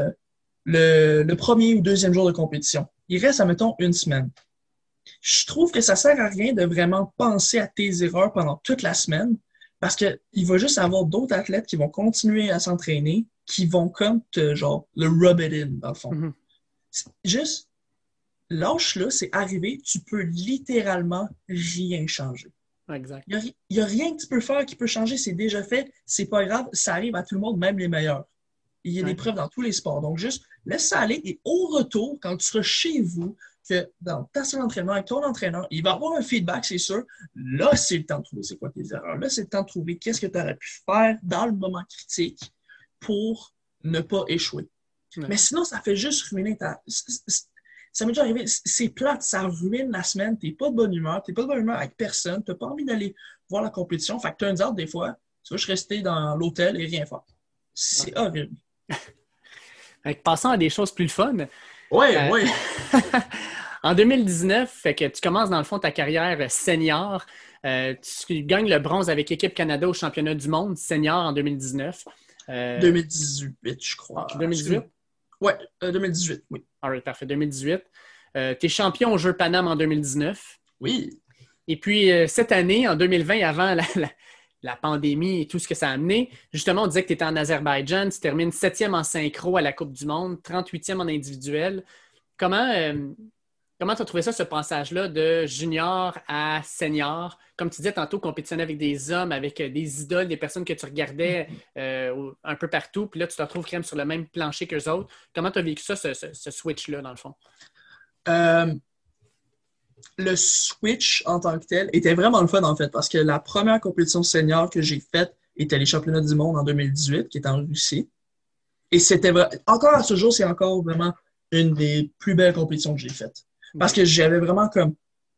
le premier ou deuxième jour de compétition. Il reste, admettons, une semaine. Je trouve que ça sert à rien de vraiment penser à tes erreurs pendant toute la semaine parce qu'il va juste avoir d'autres athlètes qui vont continuer à s'entraîner, qui vont comme genre, le rub it in, dans le fond. Mhm. Juste, lâche-là, c'est arrivé, tu peux littéralement rien changer. Exact. Il n'y a rien que tu peux faire qui peut changer, c'est déjà fait, c'est pas grave, ça arrive à tout le monde, même les meilleurs. Il y a des Ouais. preuves dans tous les sports. Donc, juste laisse ça aller et au retour, quand tu seras chez vous, que dans ta salle d'entraînement avec ton entraîneur, il va avoir un feedback, c'est sûr. Là, c'est le temps de trouver c'est quoi tes erreurs. Là, c'est le temps de trouver qu'est-ce que tu aurais pu faire dans le moment critique pour ne pas échouer. Ouais. Mais sinon, ça fait juste ruiner ça m'est déjà arrivé, c'est plate, ça ruine la semaine, t'es pas de bonne humeur, t'es pas de bonne humeur avec personne, t'as pas envie d'aller voir la compétition, fait que turns out, des fois, tu vas juste rester dans l'hôtel et rien faire. Ouais. C'est horrible. Fait que passons à des choses plus fun. Ouais, Euh, ouais. En 2019, fait que tu commences dans le fond ta carrière senior. Tu gagnes le bronze avec l'équipe Canada au championnat du monde senior en 2019. 2018, je crois. 2018? Ouais, 2018, oui. All right, parfait. 2018. Tu es champion aux Jeux Paname en 2019. Oui. Et puis, cette année, en 2020, avant la pandémie et tout ce que ça a amené, justement, on disait que tu étais en Azerbaïdjan, tu termines 7e en synchro à la Coupe du Monde, 38e en individuel. Comment tu as trouvé ça, ce passage-là de junior à senior? Comme tu disais tantôt, compétitionner avec des hommes, avec des idoles, des personnes que tu regardais un peu partout, puis là, tu te retrouves quand même sur le même plancher qu'eux autres. Comment tu as vécu ça, ce switch-là, dans le fond? Euh, le switch en tant que tel était vraiment le fun, en fait, parce que la première compétition senior que j'ai faite était les championnats du monde en 2018, qui est en Russie. Et encore à ce jour, c'est encore vraiment une des plus belles compétitions que j'ai faites. Parce que j'avais vraiment comme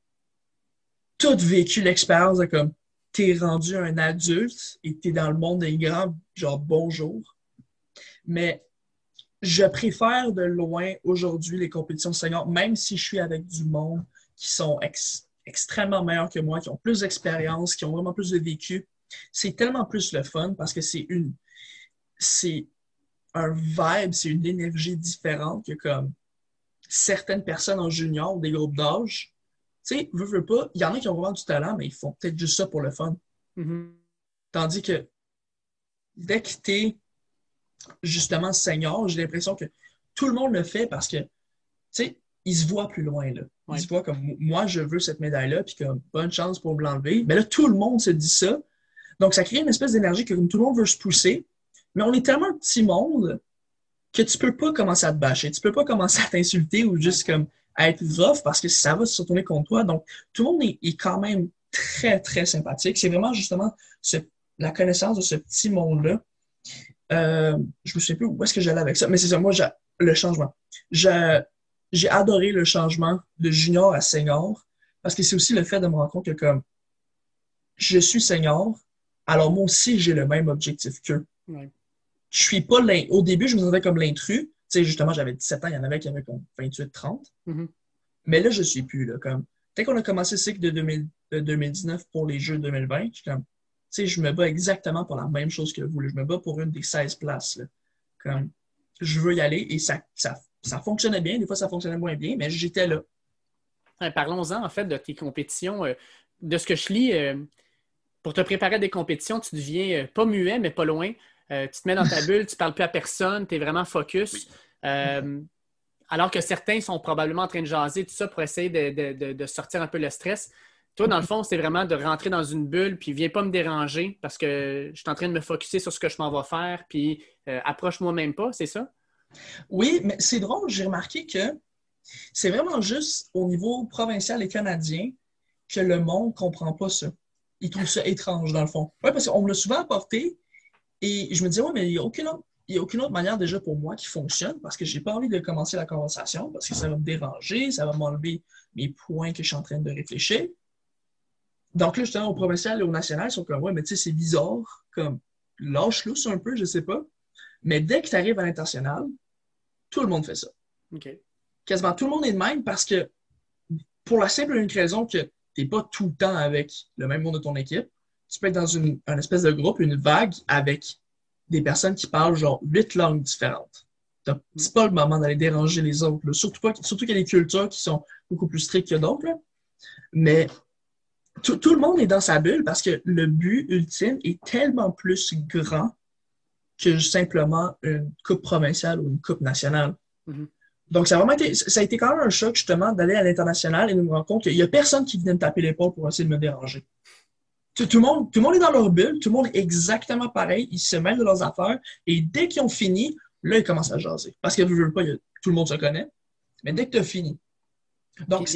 tout vécu l'expérience de comme t'es rendu un adulte et t'es dans le monde des grands, genre bonjour. Mais je préfère de loin aujourd'hui les compétitions seniors, même si je suis avec du monde qui sont extrêmement meilleurs que moi, qui ont plus d'expérience, qui ont vraiment plus de vécu. C'est tellement plus le fun parce que c'est un vibe, c'est une énergie différente que comme certaines personnes en junior ou des groupes d'âge. Tu sais, veux pas, il y en a qui ont vraiment du talent, mais ils font peut-être juste ça pour le fun. Mm-hmm. Tandis que dès que t'es justement senior, j'ai l'impression que tout le monde le fait parce que, tu sais, ils se voient plus loin, là. Ils Ouais. se voient comme, moi, je veux cette médaille-là, puis comme, bonne chance pour me l'enlever. Mais là, tout le monde se dit ça. Donc, ça crée une espèce d'énergie que comme tout le monde veut se pousser. Mais on est tellement un petit monde que tu peux pas commencer à te bâcher, tu peux pas commencer à t'insulter ou juste comme à être rough parce que ça va se retourner contre toi. Donc, tout le monde est quand même très, très sympathique. C'est vraiment justement la connaissance de ce petit monde-là. Je me souviens plus où est-ce que j'allais avec ça, mais c'est ça, moi, le changement. J'ai adoré le changement de junior à senior parce que c'est aussi le fait de me rendre compte que comme je suis senior, alors moi aussi, j'ai le même objectif qu'eux. Ouais. Je suis pas au début, je me sentais comme l'intrus. Tu sais, justement, j'avais 17 ans, il y en avait qui avaient comme 28, 30. Mm-hmm. Mais là, je suis plus, là, comme. Dès qu'on a commencé le cycle de 2019 pour les Jeux 2020, je suis comme, tu sais, je me bats exactement pour la même chose que vous, là. Je me bats pour une des 16 places, là. Comme, je veux y aller et ça fonctionnait bien. Des fois, ça fonctionnait moins bien, mais j'étais là. Parlons-en, en fait, de tes compétitions. De ce que je lis, pour te préparer à des compétitions, tu deviens pas muet, mais pas loin. Tu te mets dans ta bulle, tu ne parles plus à personne, tu es vraiment focus. Alors que certains sont probablement en train de jaser, tout ça, pour essayer de sortir un peu le stress. Toi, dans le fond, c'est vraiment de rentrer dans une bulle, puis viens pas me déranger parce que je suis en train de me focusser sur ce que je m'en vais faire, puis approche-moi même pas, c'est ça? Oui, mais c'est drôle, j'ai remarqué que c'est vraiment juste au niveau provincial et canadien que le monde ne comprend pas ça. Ils trouvent ça étrange, dans le fond. Oui, parce qu'on me l'a souvent apporté et je me disais, ouais, mais il n'y a aucune autre manière déjà pour moi qui fonctionne parce que j'ai pas envie de commencer la conversation parce que ça va me déranger, ça va m'enlever mes points que je suis en train de réfléchir. Donc là, justement, au provincial et au national, ils sont comme, ouais, mais tu sais, c'est bizarre, comme, lâche-lousse un peu, je sais pas. Mais dès que tu arrives à l'international, tout le monde fait ça. OK. Quasiment tout le monde est de même parce que, pour la simple et unique raison que tu n'es pas tout le temps avec le même monde de ton équipe, tu peux être dans une espèce de groupe, une vague avec des personnes qui parlent genre 8 langues différentes. C'est pas le moment d'aller déranger les autres. Là. Surtout qu'il y a des cultures qui sont beaucoup plus strictes que d'autres. Là. Mais tout le monde est dans sa bulle parce que le but ultime est tellement plus grand que simplement une coupe provinciale ou une coupe nationale. Mm-hmm. Donc, ça a été quand même un choc, justement, d'aller à l'international et de me rendre compte qu'il n'y a personne qui vient me taper l'épaule pour essayer de me déranger. Tout le monde est dans leur bulle, tout le monde est exactement pareil, ils se mêlent de leurs affaires et dès qu'ils ont fini, là, ils commencent à jaser. Parce que, je veux pas, tout le monde se connaît, mais dès que tu as fini. Donc,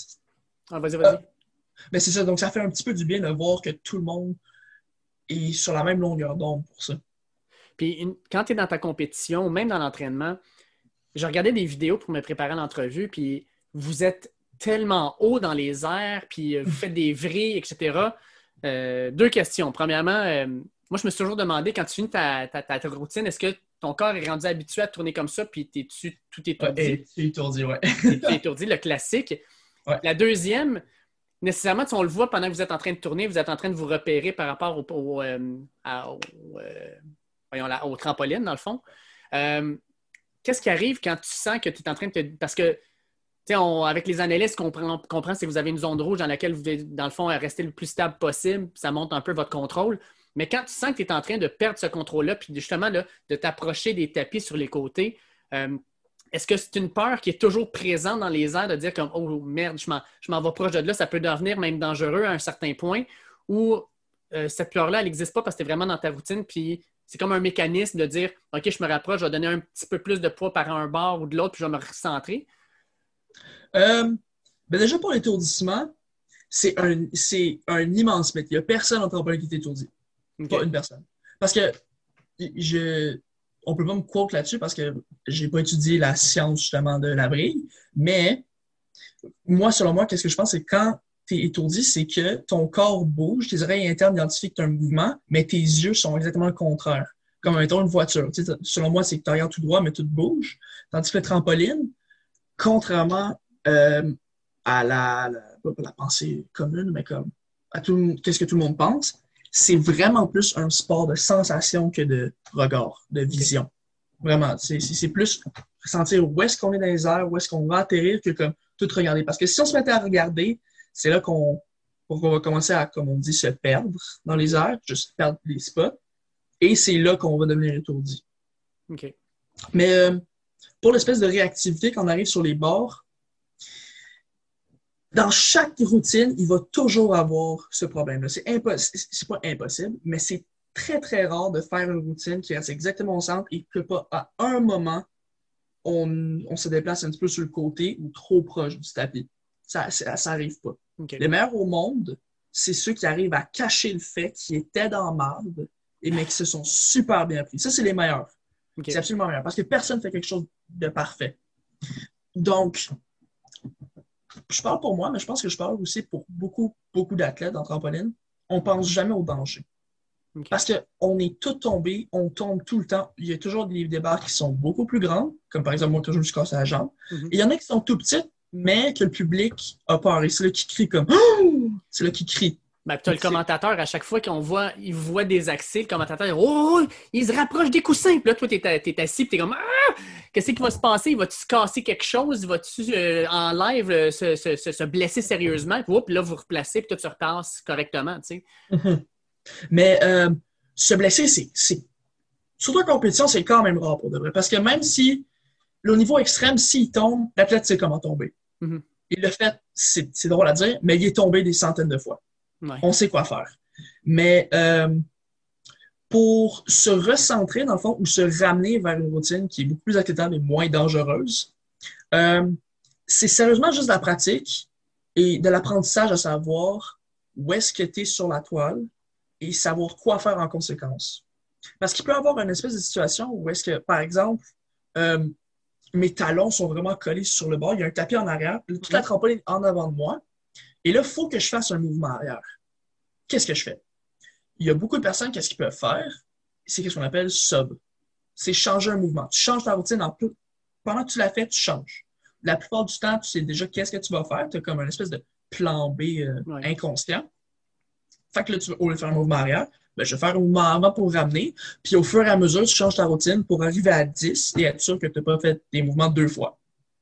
vas-y. Mais c'est ça, donc ça fait un petit peu du bien de voir que tout le monde est sur la même longueur d'onde pour ça. Puis, quand tu es dans ta compétition, même dans l'entraînement, je regardais des vidéos pour me préparer à l'entrevue, puis vous êtes tellement haut dans les airs, puis vous faites des vrilles, etc. 2 questions. Premièrement, moi, je me suis toujours demandé, quand tu finis ta routine, est-ce que ton corps est rendu habitué à tourner comme ça, puis t'es-tu tout étourdi? Ouais, étourdi, ouais. T'es étourdi, le classique. Ouais. La deuxième, nécessairement, on le voit pendant que vous êtes en train de tourner, vous êtes en train de vous repérer par rapport au trampoline, dans le fond. Qu'est-ce qui arrive quand tu sens que tu es en train de te... Parce que, avec les analystes, on comprend c'est que vous avez une zone rouge dans laquelle vous devez, dans le fond, rester le plus stable possible, ça monte un peu votre contrôle. Mais quand tu sens que tu es en train de perdre ce contrôle-là, puis justement là, de t'approcher des tapis sur les côtés, est-ce que c'est une peur qui est toujours présente dans les airs de dire comme « Oh merde, je m'en vais proche de là, ça peut devenir même dangereux à un certain point » ou cette peur-là, elle n'existe pas parce que tu es vraiment dans ta routine, puis c'est comme un mécanisme de dire « OK, je me rapproche, je vais donner un petit peu plus de poids par un bord ou de l'autre, puis je vais me recentrer. » Déjà, pour l'étourdissement, c'est un immense mythe. Il n'y a personne en trampoline qui est étourdi. Okay. Pas une personne. Parce que on ne peut pas me quote là-dessus parce que je n'ai pas étudié la science justement de la brille, mais moi, selon moi, qu'est-ce que je pense, c'est quand tu es étourdi, c'est que ton corps bouge, tes oreilles internes identifient que tu as un mouvement, mais tes yeux sont exactement le contraire. Comme mettons une voiture. Tu sais, selon moi, c'est que tu regardes tout droit, mais tout bouge. Tandis que le trampoline, contrairement à la pensée commune, mais comme à qu'est-ce que tout le monde pense, c'est vraiment plus un sport de sensation que de regard, de vision. Okay. Vraiment, c'est plus sentir où est-ce qu'on est dans les airs, où est-ce qu'on va atterrir que comme tout regarder. Parce que si on se mettait à regarder, c'est là qu'on va commencer à, comme on dit, se perdre dans les airs, juste perdre les spots. Et c'est là qu'on va devenir étourdi. Okay. Mais pour l'espèce de réactivité quand on arrive sur les bords, dans chaque routine, il va toujours avoir ce problème-là. C'est pas impossible, mais c'est très, très rare de faire une routine qui reste exactement au centre et que pas à un moment, on se déplace un petit peu sur le côté ou trop proche du tapis. Ça arrive pas. OK. Les meilleurs au monde, c'est ceux qui arrivent à cacher le fait qu'ils étaient dans marde, mais qui se sont super bien pris. Ça, c'est les meilleurs. OK. C'est absolument meilleur parce que personne ne fait quelque chose de parfait. Donc, je parle pour moi, mais je pense que je parle aussi pour beaucoup, beaucoup d'athlètes en trampoline. On pense jamais au danger. OK. Parce qu'on est tous tombés, on tombe tout le temps. Il y a toujours des barres qui sont beaucoup plus grandes, comme par exemple moi quand je me suis cassé la jambe. Mhm. Et il y en a qui sont tout petites, mais que le public a peur. Et c'est là qui crie comme oh! C'est là qui crie. Ben, tu as le commentateur, à chaque fois il voit des accès, le commentateur, il dit, oh, il se rapproche des coussins. Puis là, toi, t'es assis, puis t'es comme, ah, qu'est-ce qui va se passer? Va-tu se casser quelque chose? Va-tu en live se blesser sérieusement? Puis là, vous replacez, puis toi, tu repasses correctement, tu sais. Mm-hmm. Mais se blesser, c'est. Surtout en compétition, c'est quand même rare pour de vrai. Parce que même si, au niveau extrême, s'il tombe, l'athlète sait comment tomber. Mm-hmm. Il l'a fait, c'est drôle à dire, mais il est tombé des centaines de fois. Ouais. On sait quoi faire. Mais pour se recentrer, dans le fond, ou se ramener vers une routine qui est beaucoup plus acceptable et moins dangereuse, c'est sérieusement juste de la pratique et de l'apprentissage à savoir où est-ce que tu es sur la toile et savoir quoi faire en conséquence. Parce qu'il peut y avoir une espèce de situation où est-ce que, par exemple, mes talons sont vraiment collés sur le bord, il y a un tapis en arrière, toute la trampoline en avant de moi, et là, il faut que je fasse un mouvement arrière. Qu'est-ce que je fais? Il y a beaucoup de personnes, qu'est-ce qu'ils peuvent faire? C'est ce qu'on appelle sub. C'est changer un mouvement. Tu changes ta routine pendant que tu la fais, tu changes. La plupart du temps, tu sais déjà qu'est-ce que tu vas faire. Tu as comme une espèce de plan B inconscient. Fait que là, au lieu de faire un mouvement arrière, ben, je vais faire un mouvement avant pour ramener. Puis au fur et à mesure, tu changes ta routine pour arriver à 10 et être sûr que tu n'as pas fait des mouvements 2 fois.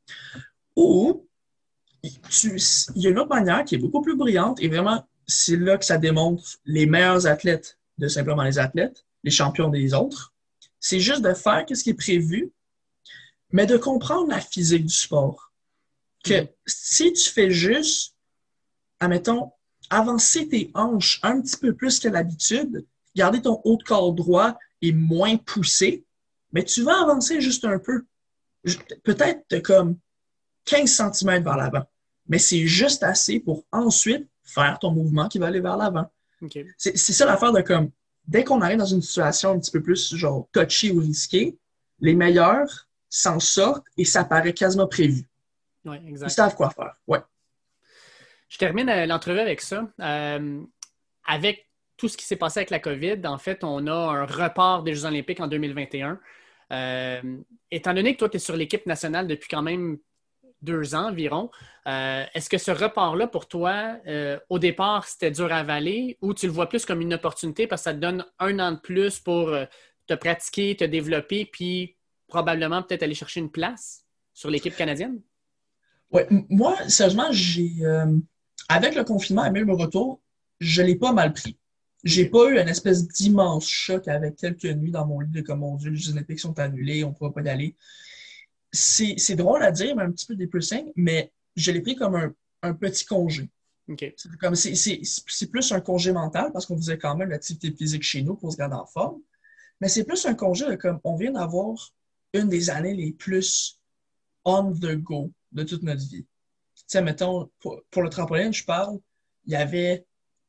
Ou, il y a une autre manière qui est beaucoup plus brillante et vraiment, c'est là que ça démontre les meilleurs athlètes de simplement les athlètes, les champions des autres. C'est juste de faire ce qui est prévu, mais de comprendre la physique du sport. Que si tu fais juste, admettons, avancer tes hanches un petit peu plus que l'habitude, garder ton haut de corps droit et moins poussé, mais tu vas avancer juste un peu. Peut-être de comme 15 cm vers l'avant. Mais c'est juste assez pour ensuite faire ton mouvement qui va aller vers l'avant. Okay. C'est ça l'affaire de comme, dès qu'on arrive dans une situation un petit peu plus genre touchy ou risquée, les meilleurs s'en sortent et ça paraît quasiment prévu. Ouais, exact. Ils savent quoi faire. Ouais. Je termine l'entrevue avec ça. Avec tout ce qui s'est passé avec la COVID, en fait, on a un report des Jeux olympiques en 2021. Étant donné que toi, tu es sur l'équipe nationale depuis quand même 2 ans environ, est-ce que ce report-là, pour toi, au départ, c'était dur à avaler ou tu le vois plus comme une opportunité parce que ça te donne 1 an de plus pour te pratiquer, te développer, puis probablement peut-être aller chercher une place sur l'équipe canadienne? Oui, moi, sérieusement, avec le confinement et même le retour, je ne l'ai pas mal pris. J'ai pas eu une espèce d'immense choc avec quelques nuits dans mon lit de comme, mon Dieu, les Jeux olympiques sont annulés, on ne pourra pas y aller. C'est drôle à dire, mais un petit peu dépressing, mais je l'ai pris comme un petit congé. Okay. C'est plus un congé mental parce qu'on faisait quand même l'activité physique chez nous pour se garder en forme. Mais c'est plus un congé de comme on vient d'avoir une des années les plus on the go de toute notre vie. Tu sais, mettons, pour le trampoline, je parle, il y avait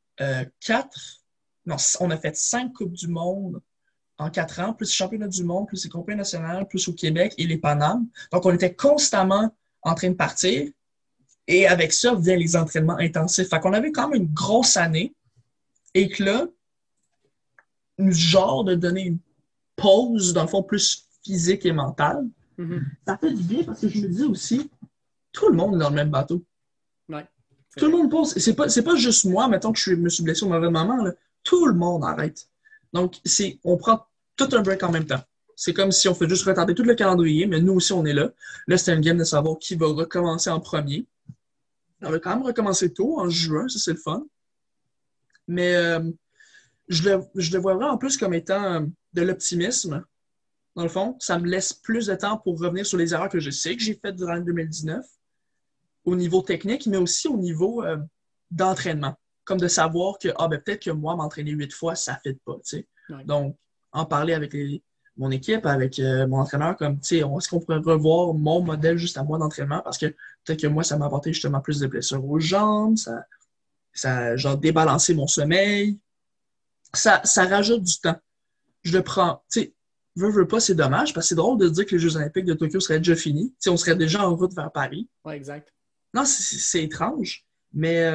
on a fait 5 Coupes du Monde en 4 ans, plus les championnats du monde, plus les compétitions nationales, plus au Québec et les Panames. Donc, on était constamment en train de partir. Et avec ça, viennent les entraînements intensifs. Fait qu'on avait quand même une grosse année. Et que là, genre de donner une pause, dans le fond, plus physique et mentale, ça fait du bien parce que je me dis aussi, tout le monde est dans le même bateau. Ouais, tout le monde pose. C'est pas juste moi, mettons que je me suis blessé au mauvais moment. Là. Tout le monde arrête. Donc, on prend tout un break en même temps. C'est comme si on fait juste retarder tout le calendrier, mais nous aussi, on est là. Là, c'est une game de savoir qui va recommencer en premier. On va quand même recommencer tôt, en juin, ça c'est le fun. Mais je le vois vraiment plus comme étant de l'optimisme. Dans le fond, ça me laisse plus de temps pour revenir sur les erreurs que je sais que j'ai faites durant l'année 2019, au niveau technique, mais aussi au niveau d'entraînement. Comme de savoir que peut-être que moi, m'entraîner 8 fois, ça ne fait pas. T'sais. Ouais. Donc, en parler avec mon équipe, avec mon entraîneur, comme, tu sais, est-ce qu'on pourrait revoir mon modèle juste à moi d'entraînement? Parce que peut-être que moi, ça m'a apporté justement plus de blessures aux jambes, ça genre, débalancé mon sommeil. Ça rajoute du temps. Je le prends, tu sais, veux pas, c'est dommage, parce que c'est drôle de dire que les Jeux olympiques de Tokyo seraient déjà finis. Tu sais, on serait déjà en route vers Paris. Ouais, exact. Non, c'est étrange, mais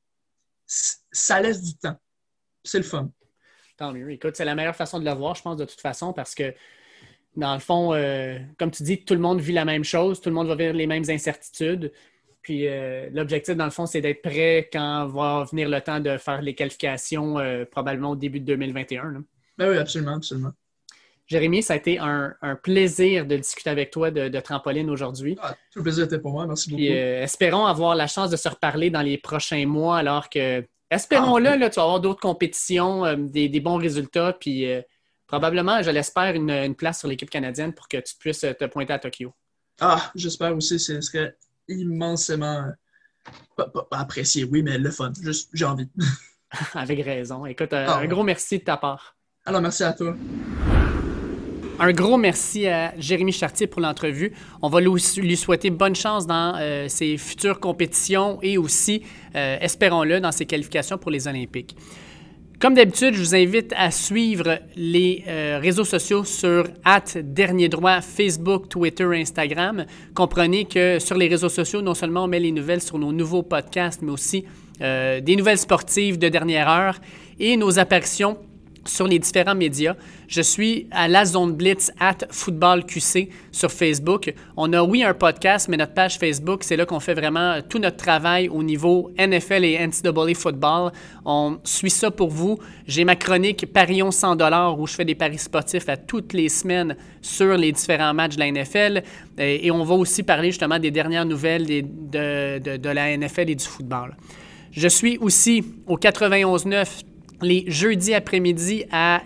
ça laisse du temps. C'est le fun. Tant mieux. Écoute, c'est la meilleure façon de le voir, je pense, de toute façon, parce que, dans le fond, comme tu dis, tout le monde vit la même chose, tout le monde va vivre les mêmes incertitudes. Puis l'objectif, dans le fond, c'est d'être prêt quand va venir le temps de faire les qualifications, probablement au début de 2021. Là. Ben oui, absolument, absolument. Jérémy, ça a été un plaisir de discuter avec toi de trampoline aujourd'hui. Ah, tout le plaisir était pour moi, merci beaucoup. Puis espérons avoir la chance de se reparler dans les prochains mois, alors que, espérons-le, là, tu vas avoir d'autres compétitions, des bons résultats, puis probablement, je l'espère, une place sur l'équipe canadienne pour que tu puisses te pointer à Tokyo. Ah, j'espère aussi, ce serait immensément pas apprécié, oui, mais le fun. Juste, j'ai envie. Avec raison. Écoute, un gros merci de ta part. Alors, merci à toi. Un gros merci à Jérémy Chartier pour l'entrevue. On va lui souhaiter bonne chance dans ses futures compétitions et aussi, espérons-le, dans ses qualifications pour les Olympiques. Comme d'habitude, je vous invite à suivre les réseaux sociaux sur @dernierdroit, Facebook, Twitter, Instagram. Comprenez que sur les réseaux sociaux, non seulement on met les nouvelles sur nos nouveaux podcasts, mais aussi des nouvelles sportives de dernière heure et nos apparitions sur les différents médias. Je suis à la Zone Blitz @footballqc sur Facebook. On a, oui, un podcast, mais notre page Facebook, c'est là qu'on fait vraiment tout notre travail au niveau NFL et NCAA football. On suit ça pour vous. J'ai ma chronique Parions 100$ où je fais des paris sportifs à toutes les semaines sur les différents matchs de la NFL. Et on va aussi parler justement des dernières nouvelles de la NFL et du football. Je suis aussi au 91.9 les jeudis après-midi à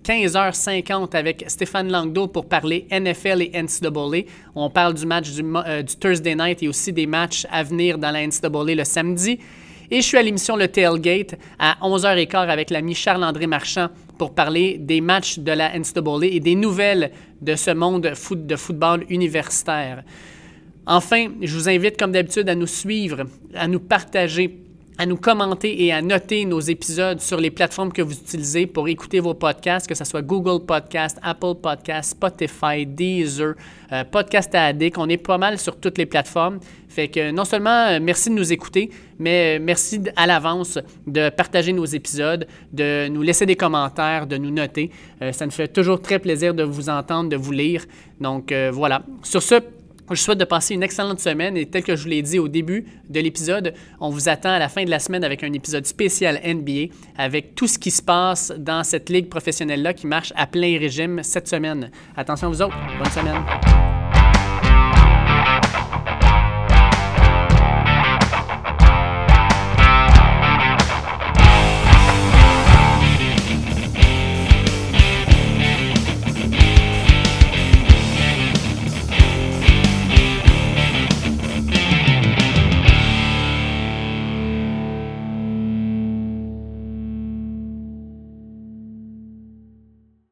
15h50 avec Stéphane Langdo pour parler NFL et NCAA. On parle du match du Thursday Night et aussi des matchs à venir dans la NCAA le samedi. Et je suis à l'émission Le Tailgate à 11h15 avec l'ami Charles-André Marchand pour parler des matchs de la NCAA et des nouvelles de ce monde de football universitaire. Enfin, je vous invite comme d'habitude à nous suivre, à nous partager, à nous commenter et à noter nos épisodes sur les plateformes que vous utilisez pour écouter vos podcasts, que ce soit Google Podcast, Apple Podcast, Spotify, Deezer, Podcast Addict. On est pas mal sur toutes les plateformes. Fait que non seulement merci de nous écouter, mais merci à l'avance de partager nos épisodes, de nous laisser des commentaires, de nous noter. Ça nous fait toujours très plaisir de vous entendre, de vous lire. Donc voilà. Sur ce, je vous souhaite de passer une excellente semaine et tel que je vous l'ai dit au début de l'épisode, on vous attend à la fin de la semaine avec un épisode spécial NBA avec tout ce qui se passe dans cette ligue professionnelle-là qui marche à plein régime cette semaine. Attention à vous autres, bonne semaine!